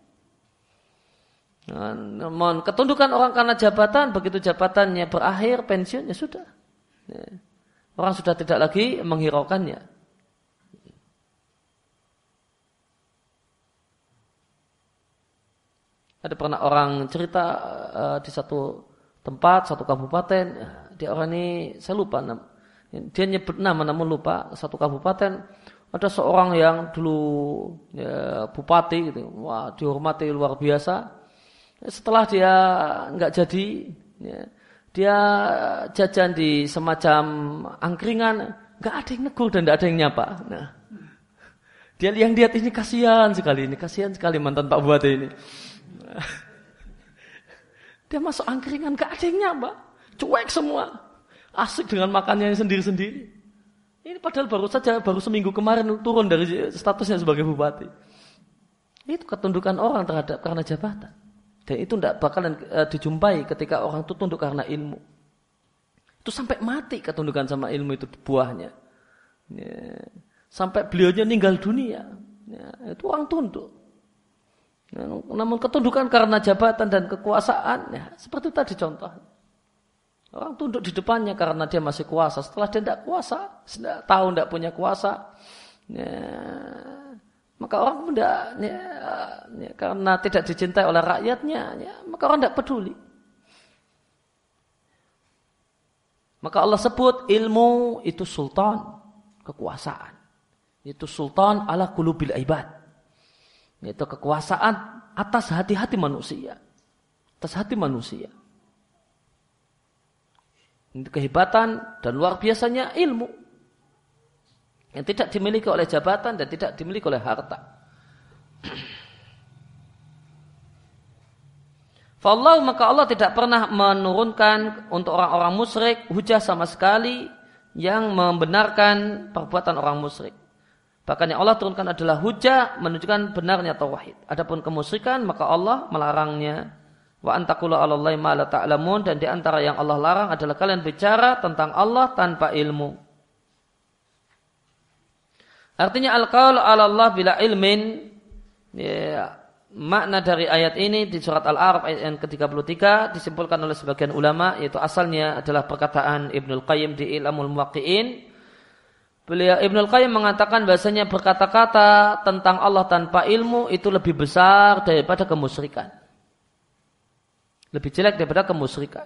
Nah, namun ketundukan orang karena jabatan, begitu jabatannya berakhir, pensiunnya sudah. Ya, orang sudah tidak lagi menghiraukannya. Ada pernah orang cerita uh, di satu tempat, satu kabupaten, dia orang ini saya lupa, dia nyebut nama namun lupa, satu kabupaten. Ada seorang yang dulu ya, bupati, gitu. Wah, dihormati luar biasa. Setelah dia nggak jadi, ya, dia jajan di semacam angkringan, nggak ada yang negur dan nggak ada yang nyapa. Nah, dia yang lihat ini kasihan sekali, ini kasihan sekali mantan Pak Bupati ini. Dia masuk angkringan, nggak ada yang nyapa, cuek semua, asik dengan makannya sendiri-sendiri. Ini padahal baru saja, baru seminggu kemarin turun dari statusnya sebagai bupati. Itu ketundukan orang terhadap karena jabatan. Dan itu tidak bakalan e, dijumpai ketika orang itu tunduk karena ilmu. Itu sampai mati ketundukan sama ilmu itu buahnya. Ya. Sampai beliaunya meninggal dunia. Ya, itu orang tunduk. Ya, namun ketundukan karena jabatan dan kekuasaan, ya, seperti tadi contohnya. Orang tunduk di depannya karena dia masih kuasa. Setelah dia tidak kuasa, sudah tahu tidak punya kuasa, ya, maka orang tidak, ya, ya, karena tidak dicintai oleh rakyatnya, ya, maka orang tidak peduli. Maka Allah sebut ilmu itu sultan, kekuasaan. Itu sultan ala qulubil ibad. Itu kekuasaan atas hati-hati manusia, atas hati manusia. Kehebatan dan luar biasanya ilmu yang tidak dimiliki oleh jabatan dan tidak dimiliki oleh harta. Fallahu, maka Allah tidak pernah menurunkan untuk orang-orang musyrik hujah sama sekali yang membenarkan perbuatan orang musyrik. Bahkan yang Allah turunkan adalah hujah menunjukkan benarnya tauhid. Adapun kemusyrikan maka Allah melarangnya. Wa antaqulu 'alallahi ma la ta'lamun, dan di antara yang Allah larang adalah kalian bicara tentang Allah tanpa ilmu. Artinya al-qaul 'alallah bila ilmin, ya, makna dari ayat ini di surat Al-A'raf ayat yang ke tiga puluh tiga disimpulkan oleh sebagian ulama, yaitu asalnya adalah perkataan Ibnul Qayyim di Ilamul Muwaqqi'in. Beliau Ibnul Qayyim mengatakan bahasanya berkata-kata tentang Allah tanpa ilmu itu lebih besar daripada kemusyrikan. Lebih jelek daripada kemusyrikan.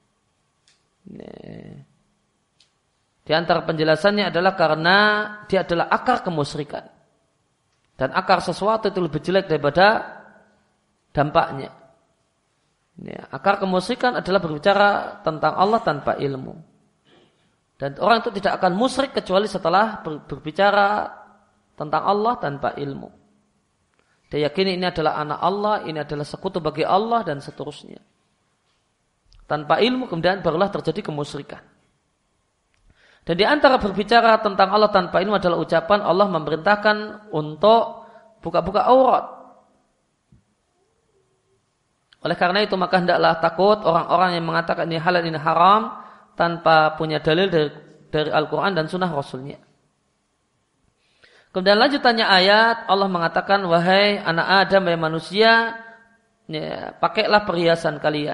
Di antara penjelasannya adalah karena dia adalah akar kemusyrikan. Dan akar sesuatu itu lebih jelek daripada dampaknya. Akar kemusyrikan adalah berbicara tentang Allah tanpa ilmu. Dan orang itu tidak akan musyrik kecuali setelah berbicara tentang Allah tanpa ilmu. Dia yakini ini adalah anak Allah, ini adalah sekutu bagi Allah, dan seterusnya. Tanpa ilmu kemudian barulah terjadi kemusyrikan. Dan di antara berbicara tentang Allah tanpa ilmu adalah ucapan Allah memerintahkan untuk buka-buka aurat. Oleh karena itu maka hendaklah takut orang-orang yang mengatakan ini halal ini haram tanpa punya dalil dari, dari Al-Quran dan Sunnah Rasulnya. Kemudian lanjutannya ayat Allah mengatakan, wahai anak Adam, wahai manusia, ya, pakailah perhiasan kalian.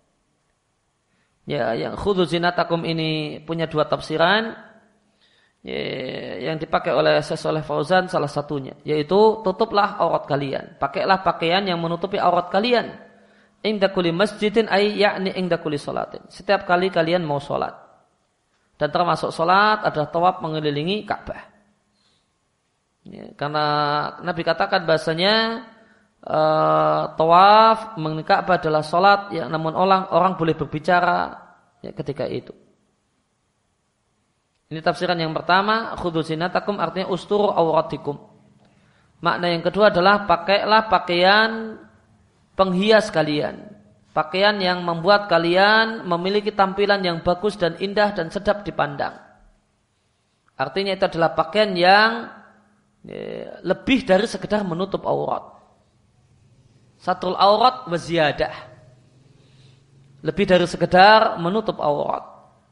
Ya, yang khudhu zinatakum ini punya dua tafsiran, ya, yang dipakai oleh Syekh Shalih Fauzan salah satunya, yaitu tutuplah aurat kalian, pakailah pakaian yang menutupi aurat kalian. Inda kulli masjidin ay yakni inda kulli salatin. Setiap kali kalian mau salat. Dan termasuk salat adalah tawaf mengelilingi Ka'bah. Ya, karena Nabi katakan bahasanya uh, tawaf mengelilingi Ka'bah adalah salat yang namun orang orang boleh berbicara ya, ketika itu. Ini tafsiran yang pertama, khudhu zinatakum artinya usturu auratikum. Makna yang kedua adalah pakailah pakaian penghias kalian, pakaian yang membuat kalian memiliki tampilan yang bagus dan indah dan sedap dipandang. Artinya itu adalah pakaian yang ya, lebih dari sekedar menutup aurat. Satrul aurat wa ziyadah. Lebih dari sekedar menutup aurat.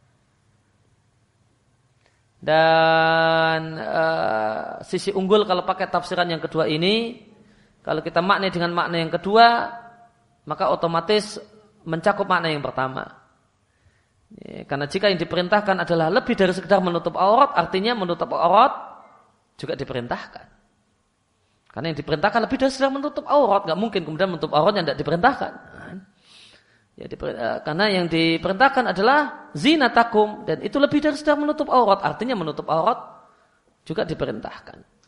Dan uh, sisi unggul kalau pakai tafsiran yang kedua ini, kalau kita maknai dengan makna yang kedua, maka otomatis mencakup makna yang pertama. Ya, karena jika yang diperintahkan adalah lebih dari sekedar menutup aurat, artinya menutup aurat juga diperintahkan. Karena yang diperintahkan lebih dari sekedar menutup aurat, nggak mungkin kemudian menutup aurat yang tidak diperintahkan. Ya, diper, karena yang diperintahkan adalah zinatakum, dan itu lebih dari sekedar menutup aurat, artinya menutup aurat juga diperintahkan.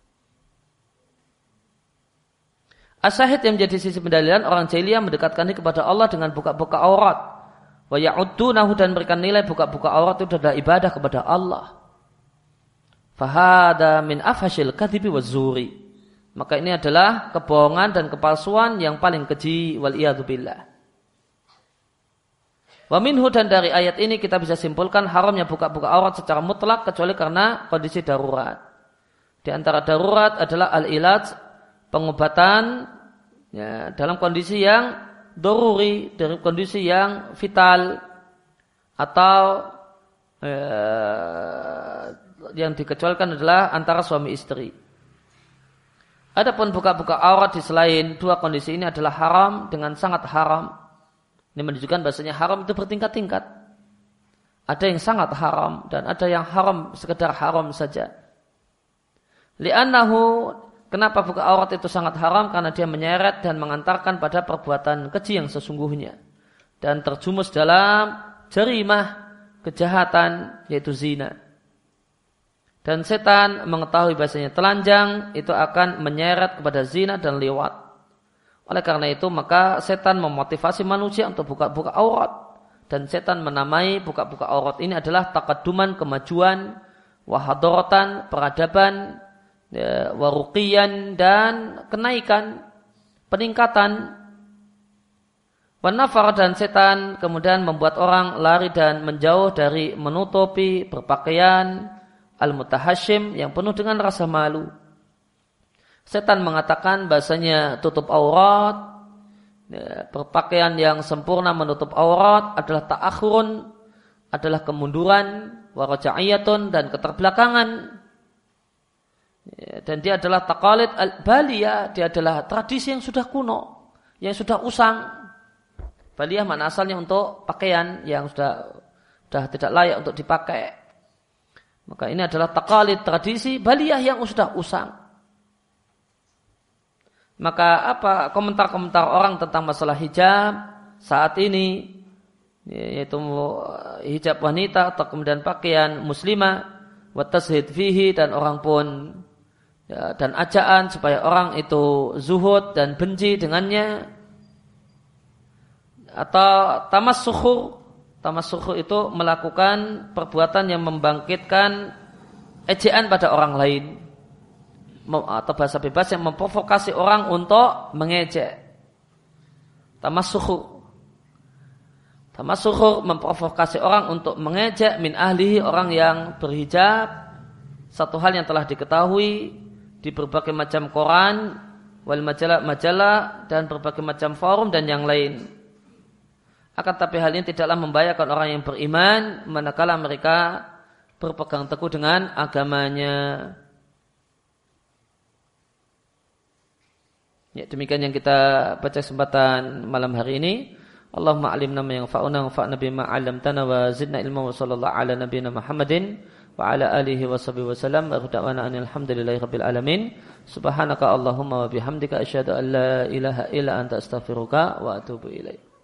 As-sahid yang menjadi sisi pendalilan orang jahiliyah mendekatkan diri kepada Allah dengan buka-buka aurat. Wa ya'uddunahu dan memberikan nilai buka-buka aurat itu adalah ibadah kepada Allah. Fahada min afhashil kadhibi waz-zuri. Maka ini adalah kebohongan dan kepalsuan yang paling keji wal iyadzu billah. Wa minhu dan dari ayat ini kita bisa simpulkan haramnya buka-buka aurat secara mutlak kecuali karena kondisi darurat. Di antara darurat adalah al-ilaj, pengobatan ya, dalam kondisi yang doruri, dalam kondisi yang vital, atau eh, yang dikecualikan adalah antara suami istri. Adapun buka-buka aurat di selain dua kondisi ini adalah haram dengan sangat haram. Ini menunjukkan bahasanya haram itu bertingkat-tingkat. Ada yang sangat haram dan ada yang haram sekedar haram saja. Li'annahu, kenapa buka aurat itu sangat haram? Karena dia menyeret dan mengantarkan pada perbuatan keji yang sesungguhnya. Dan terjumus dalam jarimah kejahatan yaitu zina. Dan setan mengetahui bahasanya telanjang itu akan menyeret kepada zina dan liwat. Oleh karena itu maka setan memotivasi manusia untuk buka-buka aurat. Dan setan menamai buka-buka aurat ini adalah takaduman, kemajuan, wahadorotan, peradaban, ya, waruqiyan dan kenaikan, peningkatan. Wanafar dan setan kemudian membuat orang lari dan menjauh dari menutupi berpakaian al-mutahashim yang penuh dengan rasa malu. Setan mengatakan bahasanya tutup aurat, ya, berpakaian yang sempurna menutup aurat adalah ta'akhurun, adalah kemunduran, waraja'iyatun dan keterbelakangan. Ya, dan dia adalah taqalid al-baliyah, dia adalah tradisi yang sudah kuno, yang sudah usang. Baliyah mana asalnya untuk pakaian yang sudah sudah tidak layak untuk dipakai. Maka ini adalah taqalid tradisi baliyah yang sudah usang. Maka apa komentar-komentar orang tentang masalah hijab saat ini, yaitu hijab wanita atau kemudian pakaian muslimah, wa tashhid fihi, dan orang pun ya, dan ajaan supaya orang itu zuhud dan benci dengannya, atau tamassukhur. Tamassukhur itu melakukan perbuatan yang membangkitkan ejaan pada orang lain, atau bahasa bebas yang memprovokasi orang untuk mengejek. Tamassukhur. Tamassukhur memprovokasi orang untuk mengejek min ahlihi, orang yang berhijab. Satu hal yang telah diketahui di berbagai macam koran wal majalah majalah dan berbagai macam forum dan yang lain. Akan tapi hal ini tidaklah membahayakan orang yang beriman manakala mereka berpegang teguh dengan agamanya. Ya, demikian yang kita baca kesempatan malam hari ini. Allahumma alimna ma yanfa'una wanfa'na bima 'allamtana wa zidna ilma wa sallallahu ala nabiyyina Muhammadin wa ala alihi wa sahbihi wa sallam. Wa da'wana alhamdulillahi rabbil alamin. Subhanaka Allahumma wa bihamdika asyhadu an la ilaha illa anta astaghfiruka wa atubu ilaik.